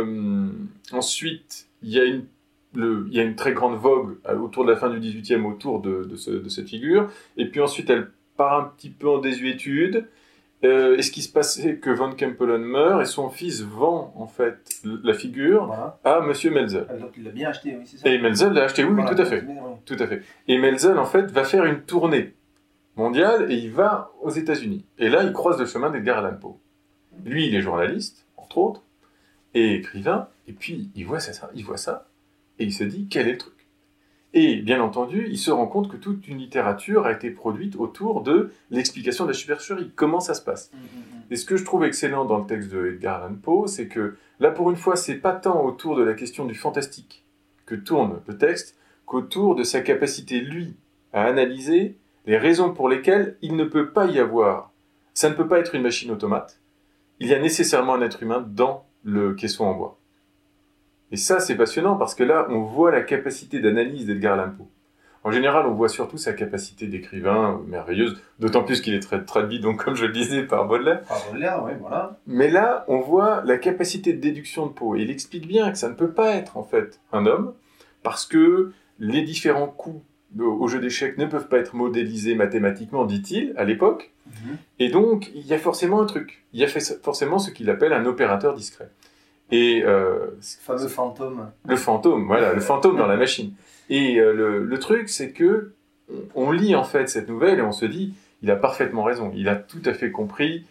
ensuite, il y a une très grande vogue autour de la fin du XVIIIe autour de cette figure. Et puis ensuite, elle part un petit peu en désuétude. Et ce qui se passe, c'est que Van Kempelen meurt et son fils vend, en fait, la figure à Monsieur Melzel. Donc il l'a bien acheté, oui, c'est ça. Et Melzel l'a acheté, oui, tout à fait. Tout à fait. Et Melzel, en fait, va faire une tournée mondiale et il va aux États-Unis. Et là, il croise le chemin d'Edgar Allan Poe. Lui, il est journaliste, entre autres, et écrivain, et puis il voit ça, et il se dit, quel est le truc ? Et bien entendu, il se rend compte que toute une littérature a été produite autour de l'explication de la supercherie. Comment ça se passe ? Et ce que je trouve excellent dans le texte de Edgar Allan Poe, c'est que là, pour une fois, c'est pas tant autour de la question du fantastique que tourne le texte, qu'autour de sa capacité, lui, à analyser les raisons pour lesquelles il ne peut pas y avoir. Ça ne peut pas être une machine automate. Il y a nécessairement un être humain dans le caisson en bois. Et ça, c'est passionnant parce que là, on voit la capacité d'analyse d'Edgar Allan Poe. En général, on voit surtout sa capacité d'écrivain merveilleuse, d'autant plus qu'il est traduit, donc comme je le disais, par Baudelaire. Par Baudelaire, oui, voilà. Mais là, on voit la capacité de déduction de Poe. Et il explique bien que ça ne peut pas être, en fait, un homme, parce que les différents coups au jeu d'échecs ne peuvent pas être modélisés mathématiquement, dit-il, à l'époque. Et donc, il y a forcément un truc. Il y a forcément ce qu'il appelle un opérateur discret. Et le fameux fantôme. Le fantôme, voilà, le fantôme dans la machine. Et le truc, c'est que on lit en fait cette nouvelle et on se dit, il a parfaitement raison, il a tout à fait compris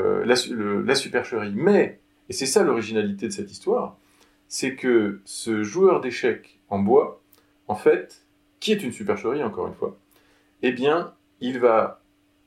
la supercherie. Mais, et c'est ça l'originalité de cette histoire, c'est que ce joueur d'échecs en bois, en fait, qui est une supercherie encore une fois, eh bien, il va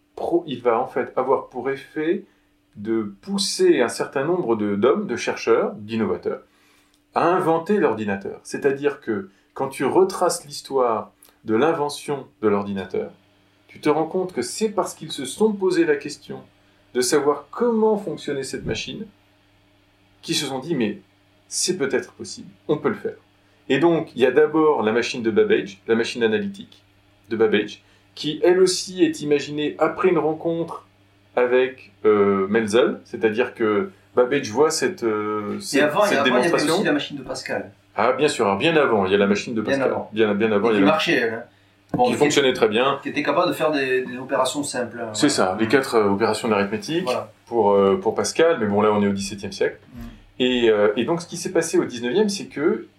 en fait avoir pour effet de pousser un certain nombre d'hommes, de chercheurs, d'innovateurs, à inventer l'ordinateur. C'est-à-dire que quand tu retraces l'histoire de l'invention de l'ordinateur, tu te rends compte que c'est parce qu'ils se sont posé la question de savoir comment fonctionnait cette machine qu'ils se sont dit, mais c'est peut-être possible, on peut le faire. Et donc, il y a d'abord la machine de Babbage, la machine analytique de Babbage, qui elle aussi est imaginée après une rencontre avec Melzel, c'est-à-dire que Babbage voit cette démonstration. Il y avait aussi la machine de Pascal. Ah, bien sûr, alors bien avant, il y a la machine de Pascal. Bien avant. Qui marchait, elle. Hein. Qui fonctionnait très bien. Qui était capable de faire des opérations simples. C'est ça, les 4 opérations d'arithmétique pour Pascal, mais bon, là on est au XVIIe siècle. Et donc ce qui s'est passé au XIXe, c'est que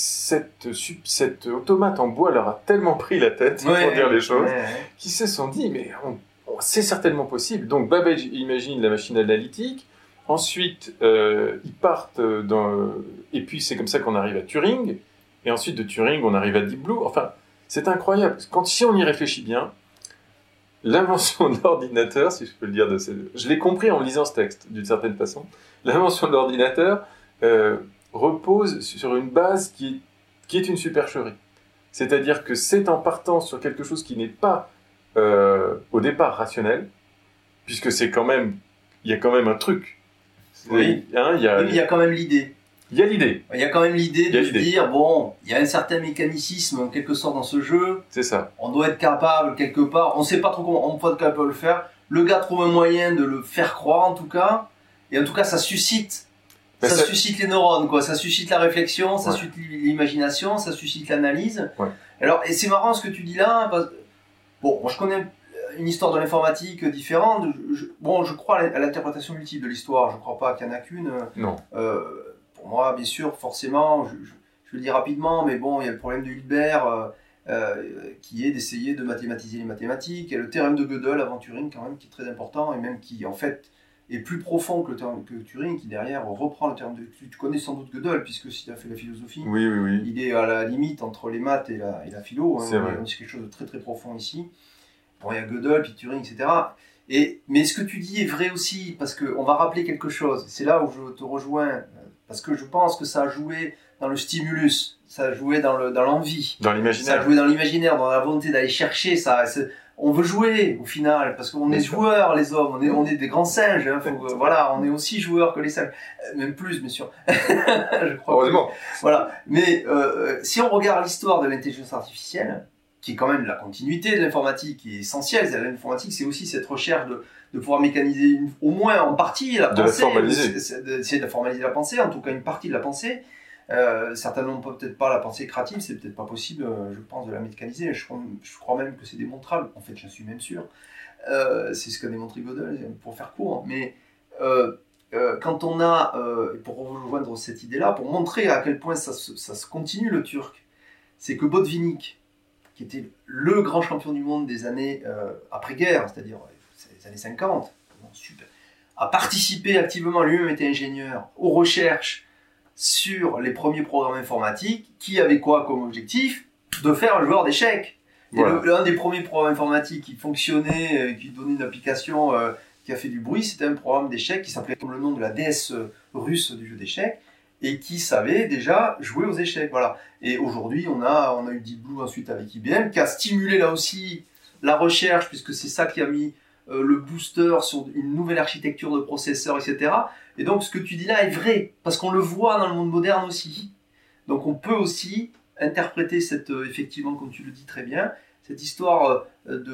cet automate en bois leur a tellement pris la tête, pour dire les choses, qu'ils se sont dit, mais c'est certainement possible. Donc Babbage imagine la machine analytique, ensuite ils partent et puis c'est comme ça qu'on arrive à Turing, et ensuite de Turing on arrive à Deep Blue, enfin c'est incroyable. Si on y réfléchit bien, l'invention de l'ordinateur, si je peux le dire, je l'ai compris en lisant ce texte, d'une certaine façon, l'invention de l'ordinateur repose sur une base qui est une supercherie. C'est-à-dire que c'est en partant sur quelque chose qui n'est pas au départ rationnel, puisque il y a quand même un truc. Oui, il y a quand même l'idée. Il y a l'idée. Il y a quand même l'idée de se dire, bon, il y a un certain mécanisme en quelque sorte dans ce jeu. C'est ça. On doit être capable quelque part, on ne sait pas trop comment on peut être capable de le faire. Le gars trouve un moyen de le faire croire en tout cas. Et en tout cas, ça suscite les neurones, quoi. Ça suscite la réflexion, ça suscite l'imagination, ça suscite l'analyse. Ouais. Alors, et c'est marrant ce que tu dis là. Bon, moi je connais une histoire de l'informatique différente. Je crois à l'interprétation multiple de l'histoire. Je ne crois pas qu'il n'y en a qu'une. Non. Pour moi, bien sûr, forcément, je le dis rapidement, mais bon, il y a le problème de Hilbert qui est d'essayer de mathématiser les mathématiques. Il y a le théorème de Gödel avant Turing, quand même, qui est très important et même qui, en fait, est plus profond que le théorème que Turing, qui derrière reprend le théorème de... Tu connais sans doute Gödel, puisque s'il a fait la philosophie, oui. Il est à la limite entre les maths et la philo. C'est vrai. C'est quelque chose de très très profond ici. Bon, il y a Gödel, puis Turing, etc. Mais ce que tu dis est vrai aussi, parce qu'on va rappeler quelque chose. C'est là où je te rejoins, parce que je pense que ça a joué dans le stimulus, ça a joué dans l'envie. Dans l'imaginaire. Ça a joué dans l'imaginaire, dans la volonté d'aller chercher ça. On veut jouer au final, parce qu'on est joueurs les hommes, on est des grands singes, hein, voilà, on est aussi joueurs que les singes, même plus bien sûr. Je crois. Heureusement. Voilà, mais si on regarde l'histoire de l'intelligence artificielle, qui est quand même la continuité de l'informatique, qui est essentielle, l'informatique c'est aussi cette recherche de pouvoir mécaniser au moins en partie la pensée, de la formaliser. D'essayer de formaliser la pensée, en tout cas une partie de la pensée. Certainement peut-être pas la pensée créative, c'est peut-être pas possible, je pense, de la mécaniser. Je crois même que c'est démontrable. En fait, je suis même sûr. C'est ce qu'a démontré Gödel, pour faire court. Mais quand on a, pour rejoindre cette idée-là, pour montrer à quel point ça se continue le turc, c'est que Botvinnik, qui était le grand champion du monde des années après-guerre, c'est-à-dire les années 50, super, a participé activement, lui-même était ingénieur, aux recherches sur les premiers programmes informatiques, qui avaient quoi comme objectif? De faire un joueur d'échecs. Voilà. Et l'un des premiers programmes informatiques qui fonctionnait, qui donnait une application qui a fait du bruit, c'était un programme d'échecs qui s'appelait comme le nom de la déesse russe du jeu d'échecs, et qui savait déjà jouer aux échecs. Voilà. Et aujourd'hui, on a eu Deep Blue ensuite avec IBM, qui a stimulé là aussi la recherche, puisque c'est ça qui a mis le booster sur une nouvelle architecture de processeurs, etc. Et donc, ce que tu dis là est vrai, parce qu'on le voit dans le monde moderne aussi. Donc, on peut aussi interpréter effectivement, comme tu le dis très bien, cette histoire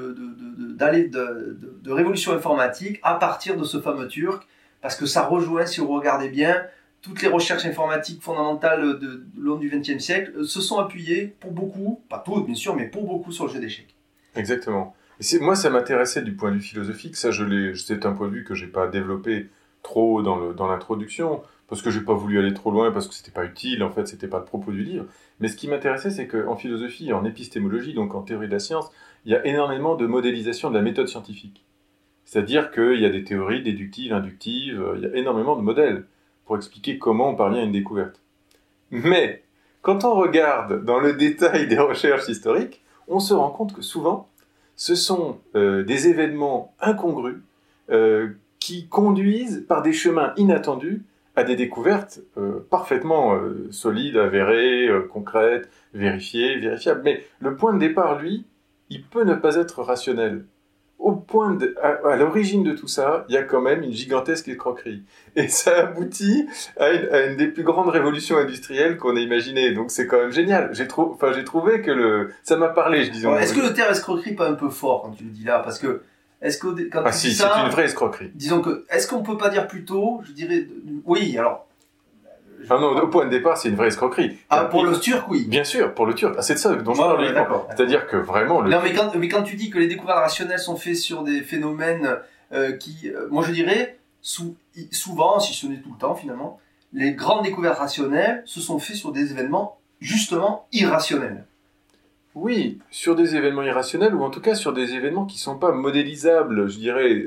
de révolution informatique à partir de ce fameux Turc, parce que ça rejoint, si vous regardez bien, toutes les recherches informatiques fondamentales de long du XXe siècle se sont appuyées pour beaucoup, pas toutes bien sûr, mais pour beaucoup sur le jeu d'échecs. Exactement. Et moi, ça m'intéressait du point de vue philosophique. Ça, c'est un point de vue que j'ai pas développé trop dans l'introduction, parce que j'ai pas voulu aller trop loin, parce que c'était pas utile, en fait, c'était pas le propos du livre. Mais ce qui m'intéressait, c'est qu'en philosophie, en épistémologie, donc en théorie de la science, il y a énormément de modélisation de la méthode scientifique. C'est-à-dire qu'il y a des théories déductives, inductives, il y a énormément de modèles pour expliquer comment on parvient à une découverte. Mais, quand on regarde dans le détail des recherches historiques, on se rend compte que souvent, ce sont des événements incongrus qui conduisent par des chemins inattendus à des découvertes parfaitement solides, avérées, concrètes, vérifiables. Mais le point de départ, lui, il peut ne pas être rationnel. à l'origine de tout ça, il y a quand même une gigantesque escroquerie. Et ça aboutit à une des plus grandes révolutions industrielles qu'on ait imaginées. Donc c'est quand même génial. J'ai trouvé que ça m'a parlé, je disais. Alors, est-ce que le terme escroquerie n'est pas un peu fort quand tu le dis là? Parce que, quand tu dis ça, c'est une vraie escroquerie. Disons que, est-ce qu'on peut pas dire plutôt, je dirais, oui, alors. Non, au point de départ, c'est une vraie escroquerie. Pour le Turc, oui. Bien sûr, pour le Turc. C'est de ça dont je parle. C'est-à-dire que vraiment... Non, mais quand tu dis que les découvertes rationnelles sont faites sur des phénomènes moi je dirais, souvent, si ce n'est tout le temps finalement, les grandes découvertes rationnelles se sont faites sur des événements justement irrationnels. Oui, sur des événements irrationnels, ou en tout cas sur des événements qui ne sont pas modélisables, je dirais...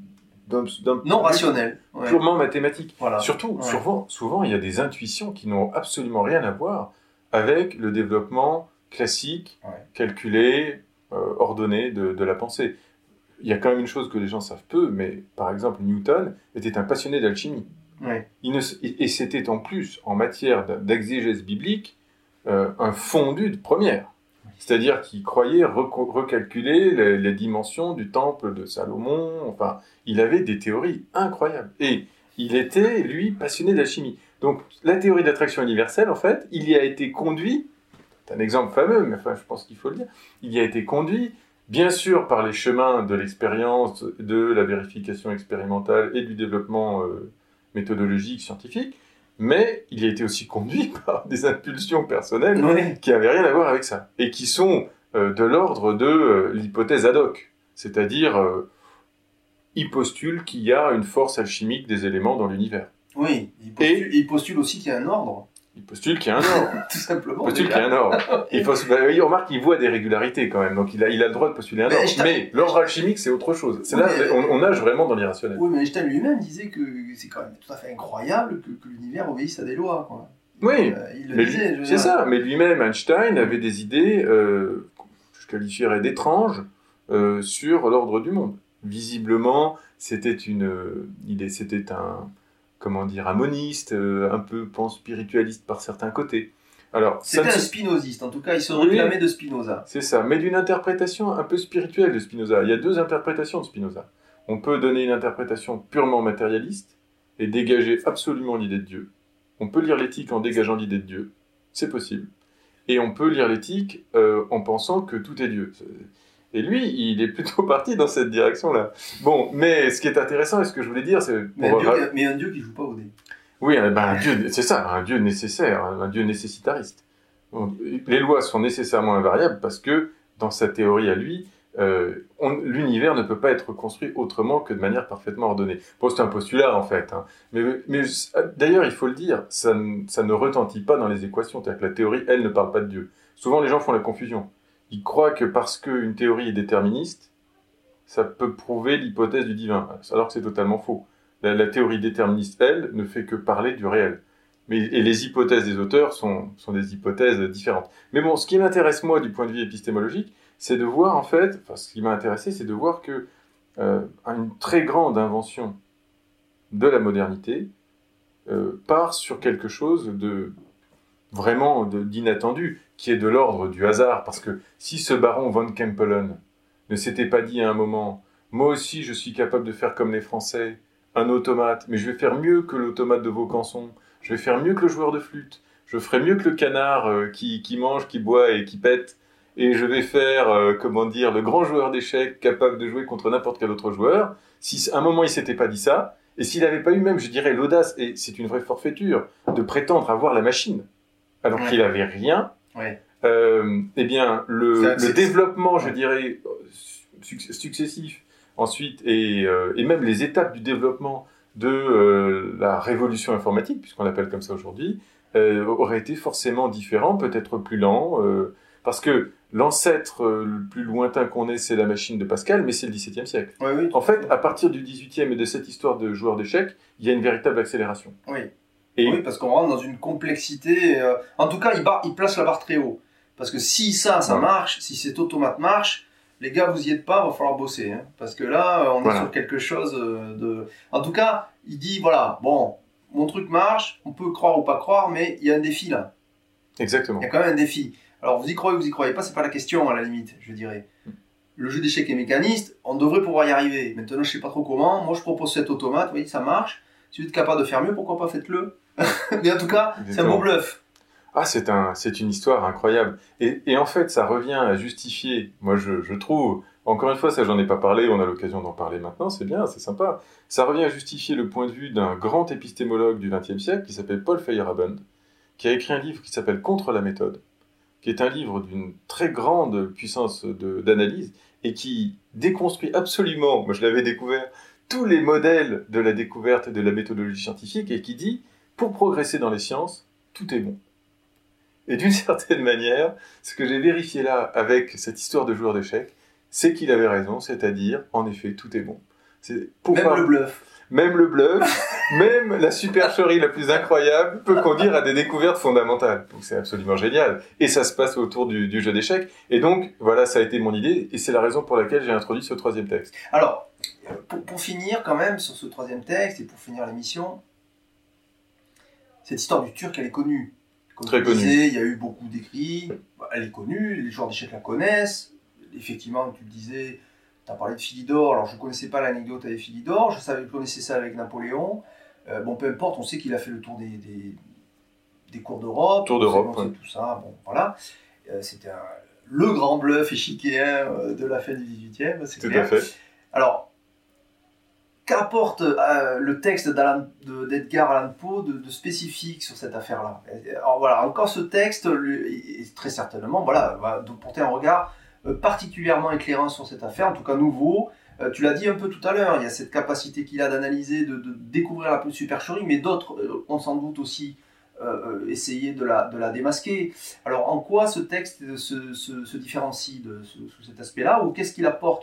non rationnel, purement mathématique. Voilà. Surtout, souvent, il y a des intuitions qui n'ont absolument rien à voir avec le développement classique, calculé, ordonné de la pensée. Il y a quand même une chose que les gens savent peu, mais par exemple, Newton était un passionné d'alchimie. Et c'était en plus, en matière d'exégèse biblique, un fondu de première. C'est-à-dire qu'il croyait recalculer les dimensions du temple de Salomon. Enfin, il avait des théories incroyables. Et il était, lui, passionné d'alchimie. Donc, la théorie d'attraction universelle, en fait, il y a été conduit, c'est un exemple fameux, mais enfin, je pense qu'il faut le dire, il y a été conduit, bien sûr, par les chemins de l'expérience, de la vérification expérimentale et du développement méthodologique, scientifique, mais il a été aussi conduit par des impulsions personnelles qui n'avaient rien à voir avec ça, et qui sont de l'ordre de l'hypothèse ad hoc, c'est-à-dire il postule qu'il y a une force alchimique des éléments dans l'univers. Oui, il postule aussi qu'il y a un ordre. Il postule qu'il y a un ordre. Tout simplement. Il postule qu'il y a un ordre. Il remarque qu'il voit des régularités quand même, donc il a le droit de postuler un ordre. Mais l'ordre alchimique, c'est autre chose. C'est on nage vraiment dans l'irrationnel. Oui, mais Einstein lui-même disait que c'est quand même tout à fait incroyable que l'univers obéisse à des lois, quoi. Oui, il le disait. C'est ça. Mais lui-même, Einstein avait des idées, je qualifierais d'étranges, sur l'ordre du monde. Visiblement, c'était un moniste, un peu pan-spiritualiste par certains côtés. Alors, c'était un spinoziste, en tout cas, il se réclamait de Spinoza. C'est ça, mais d'une interprétation un peu spirituelle de Spinoza. Il y a deux interprétations de Spinoza. On peut donner une interprétation purement matérialiste et dégager absolument l'idée de Dieu. On peut lire l'éthique en dégageant l'idée de Dieu, c'est possible. Et on peut lire l'éthique en pensant que tout est Dieu. Et lui, il est plutôt parti dans cette direction-là. Bon, mais ce qui est intéressant, et ce que je voulais dire, c'est... Mais un Dieu qui joue pas au dé. Oui, un Dieu, c'est ça, un Dieu nécessaire, un Dieu nécessitariste. Donc, les lois sont nécessairement invariables parce que, dans sa théorie à lui, l'univers ne peut pas être construit autrement que de manière parfaitement ordonnée. Bon, c'est un postulat, en fait. Hein. Mais d'ailleurs, il faut le dire, ça ne retentit pas dans les équations. C'est-à-dire que la théorie, elle, ne parle pas de Dieu. Souvent, les gens font la confusion. Ils croient que parce qu'une théorie est déterministe, ça peut prouver l'hypothèse du divin, alors que c'est totalement faux. La théorie déterministe, elle, ne fait que parler du réel. Et les hypothèses des auteurs sont des hypothèses différentes. Mais bon, ce qui m'intéresse, moi, du point de vue épistémologique, c'est de voir, en fait, ce qui m'a intéressé, c'est de voir que une très grande invention de la modernité part sur quelque chose vraiment d'inattendu, qui est de l'ordre du hasard, parce que si ce baron von Kempelen ne s'était pas dit à un moment « Moi aussi, je suis capable de faire comme les Français, un automate, mais je vais faire mieux que l'automate de Vaucanson, je vais faire mieux que le joueur de flûte, je ferai mieux que le canard qui mange, qui boit et qui pète, et je vais faire, le grand joueur d'échecs capable de jouer contre n'importe quel autre joueur. » Si à un moment il s'était pas dit ça, et s'il n'avait pas eu même, je dirais, l'audace, et c'est une vraie forfaiture, de prétendre avoir la machine, alors qu'il n'avait rien, eh bien, le développement, je dirais, successif, ensuite, et même les étapes du développement de la révolution informatique, puisqu'on l'appelle comme ça aujourd'hui, auraient été forcément différents, peut-être plus lents, parce que l'ancêtre le plus lointain qu'on ait, c'est la machine de Pascal, mais c'est le XVIIe siècle. En fait, à partir du XVIIIe et de cette histoire de joueurs d'échecs, il y a une véritable accélération. Oui, parce qu'on rentre dans une complexité. En tout cas, il place la barre très haut. Parce que si ça marche, si cet automate marche, les gars, vous y êtes pas, il va falloir bosser. Hein, parce que là, on est sur quelque chose de... En tout cas, il dit, voilà, bon, mon truc marche, on peut croire ou pas croire, mais il y a un défi là. Exactement. Il y a quand même un défi. Alors, vous y croyez pas, c'est pas la question à la limite, je dirais. le jeu d'échecs est mécaniste, on devrait pouvoir y arriver. Maintenant, je sais pas trop comment. Moi, je propose cet automate, vous voyez, ça marche. Si vous êtes capable de faire mieux, pourquoi pas faites-le. Mais en tout cas, c'est un beau bluff. Ah, c'est une histoire incroyable. Et en fait, ça revient à justifier, moi je trouve, encore une fois, ça j'en ai pas parlé, on a l'occasion d'en parler maintenant, c'est bien, c'est sympa. Ça revient à justifier le point de vue d'un grand épistémologue du XXe siècle qui s'appelle Paul Feyerabend, qui a écrit un livre qui s'appelle Contre la méthode, qui est un livre d'une très grande puissance d'analyse et qui déconstruit absolument, moi je l'avais découvert, tous les modèles de la découverte et de la méthodologie scientifique et qui dit, pour progresser dans les sciences, tout est bon. Et d'une certaine manière, ce que j'ai vérifié là avec cette histoire de joueur d'échecs, c'est qu'il avait raison, c'est-à-dire, en effet, tout est bon. Le bluff. Même le bluff, même la supercherie la plus incroyable peut conduire à des découvertes fondamentales. Donc c'est absolument génial. Et ça se passe autour du jeu d'échecs. Et donc, voilà, ça a été mon idée, et c'est la raison pour laquelle j'ai introduit ce troisième texte. Alors, pour finir quand même sur ce troisième texte, et pour finir l'émission, cette histoire du Turc, elle est connue. Comme Très connue. Il y a eu beaucoup d'écrits, elle est connue, les joueurs d'échecs la connaissent. Effectivement, tu le disais, tu as parlé de Philidor, alors je ne connaissais pas l'anecdote avec Philidor, je connaissais ça avec Napoléon. Bon, peu importe, on sait qu'il a fait le tour des cours d'Europe. Tour d'Europe, ouais. Tout ça, bon, voilà. C'était le grand bluff échiquéen de la fin du XVIIIe, c'est clair. Tout à fait. Alors, qu'apporte le texte d'Edgar Allan Poe de spécifique sur cette affaire-là? Alors voilà, encore ce texte, très certainement, voilà, va porter un regard particulièrement éclairant sur cette affaire, en tout cas nouveau. Tu l'as dit un peu tout à l'heure, il y a cette capacité qu'il a d'analyser, de découvrir la supercherie, mais d'autres ont sans doute aussi essayé de la démasquer. Alors en quoi ce texte se différencie sous cet aspect-là, ou qu'est-ce qu'il apporte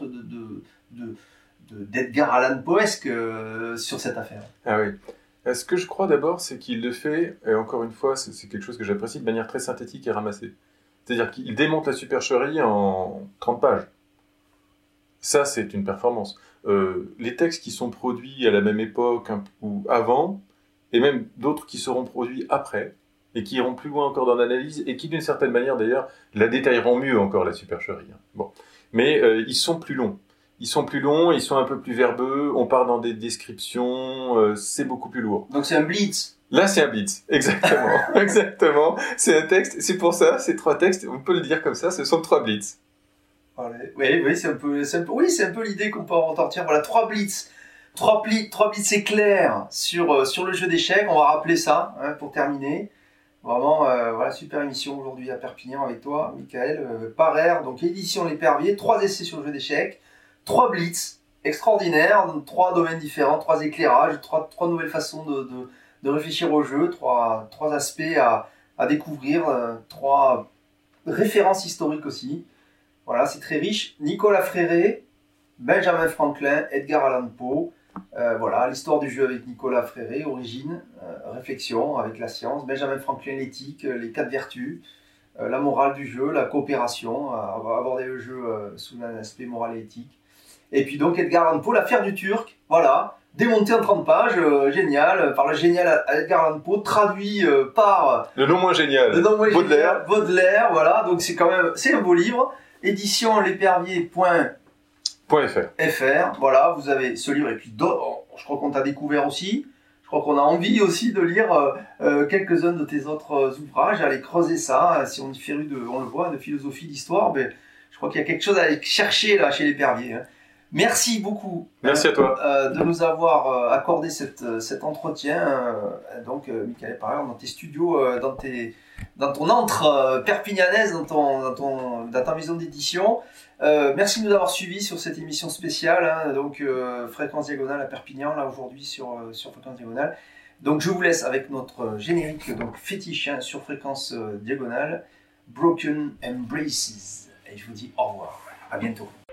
d'Edgar Allan Poesque sur cette affaire? Ah oui. Ce que je crois d'abord, c'est qu'il le fait, et encore une fois, c'est quelque chose que j'apprécie, de manière très synthétique et ramassée. C'est-à-dire qu'il démonte la supercherie en 30 pages. Ça, c'est une performance. Les textes qui sont produits à la même époque ou avant, et même d'autres qui seront produits après, et qui iront plus loin encore dans l'analyse, et qui d'une certaine manière d'ailleurs la détailleront mieux encore, la supercherie. Bon. Mais ils sont plus longs. Ils sont plus longs, ils sont un peu plus verbeux, on part dans des descriptions, c'est beaucoup plus lourd. Donc c'est un blitz. Là, c'est un blitz, exactement, exactement. C'est un texte, c'est pour ça, ces trois textes, on peut le dire comme ça, ce sont 3 blitz. Oui, c'est un peu l'idée qu'on peut en retenir. Voilà, 3 blitz. 3 blitz éclairs sur le jeu d'échecs, on va rappeler ça, hein, pour terminer. Vraiment, voilà, super émission aujourd'hui à Perpignan avec toi, Michael. Parère, donc édition L'Épervier, 3 essais sur le jeu d'échecs, 3 blitz extraordinaires, 3 domaines différents, 3 éclairages, 3 nouvelles façons de réfléchir au jeu, 3 aspects à découvrir, 3 références historiques aussi. Voilà, c'est très riche. Nicolas Fréré, Benjamin Franklin, Edgar Allan Poe. Voilà, l'histoire du jeu avec Nicolas Fréré, origine, réflexion avec la science. Benjamin Franklin, l'éthique, les 4 vertus, la morale du jeu, la coopération, aborder le jeu sous un aspect moral et éthique. Et puis donc Edgar Allan Poe, l'affaire du Turc, voilà, démonté en 30 pages, génial, par le génial Edgar Allan Poe, traduit par... Le nom moins génial, Baudelaire, voilà, donc c'est un beau livre. Édition L'Épervier.fr, voilà, vous avez ce livre, et puis je crois qu'on t'a découvert aussi, je crois qu'on a envie aussi de lire quelques-uns de tes autres ouvrages, aller creuser ça, si on est féru on le voit, de philosophie, d'histoire, mais je crois qu'il y a quelque chose à aller chercher là chez L'Épervier. Hein. Merci beaucoup. Merci à toi. De nous avoir accordé cet entretien. Donc, Michael Parère, dans tes studios, dans ton antre perpignanaise, dans ta maison d'édition. Merci de nous avoir suivis sur cette émission spéciale. Hein, donc, Fréquence Diagonale à Perpignan, là aujourd'hui sur Fréquence Diagonale. Donc, je vous laisse avec notre générique donc fétiche hein, sur Fréquence Diagonale, Broken Embraces. Et je vous dis au revoir. À bientôt.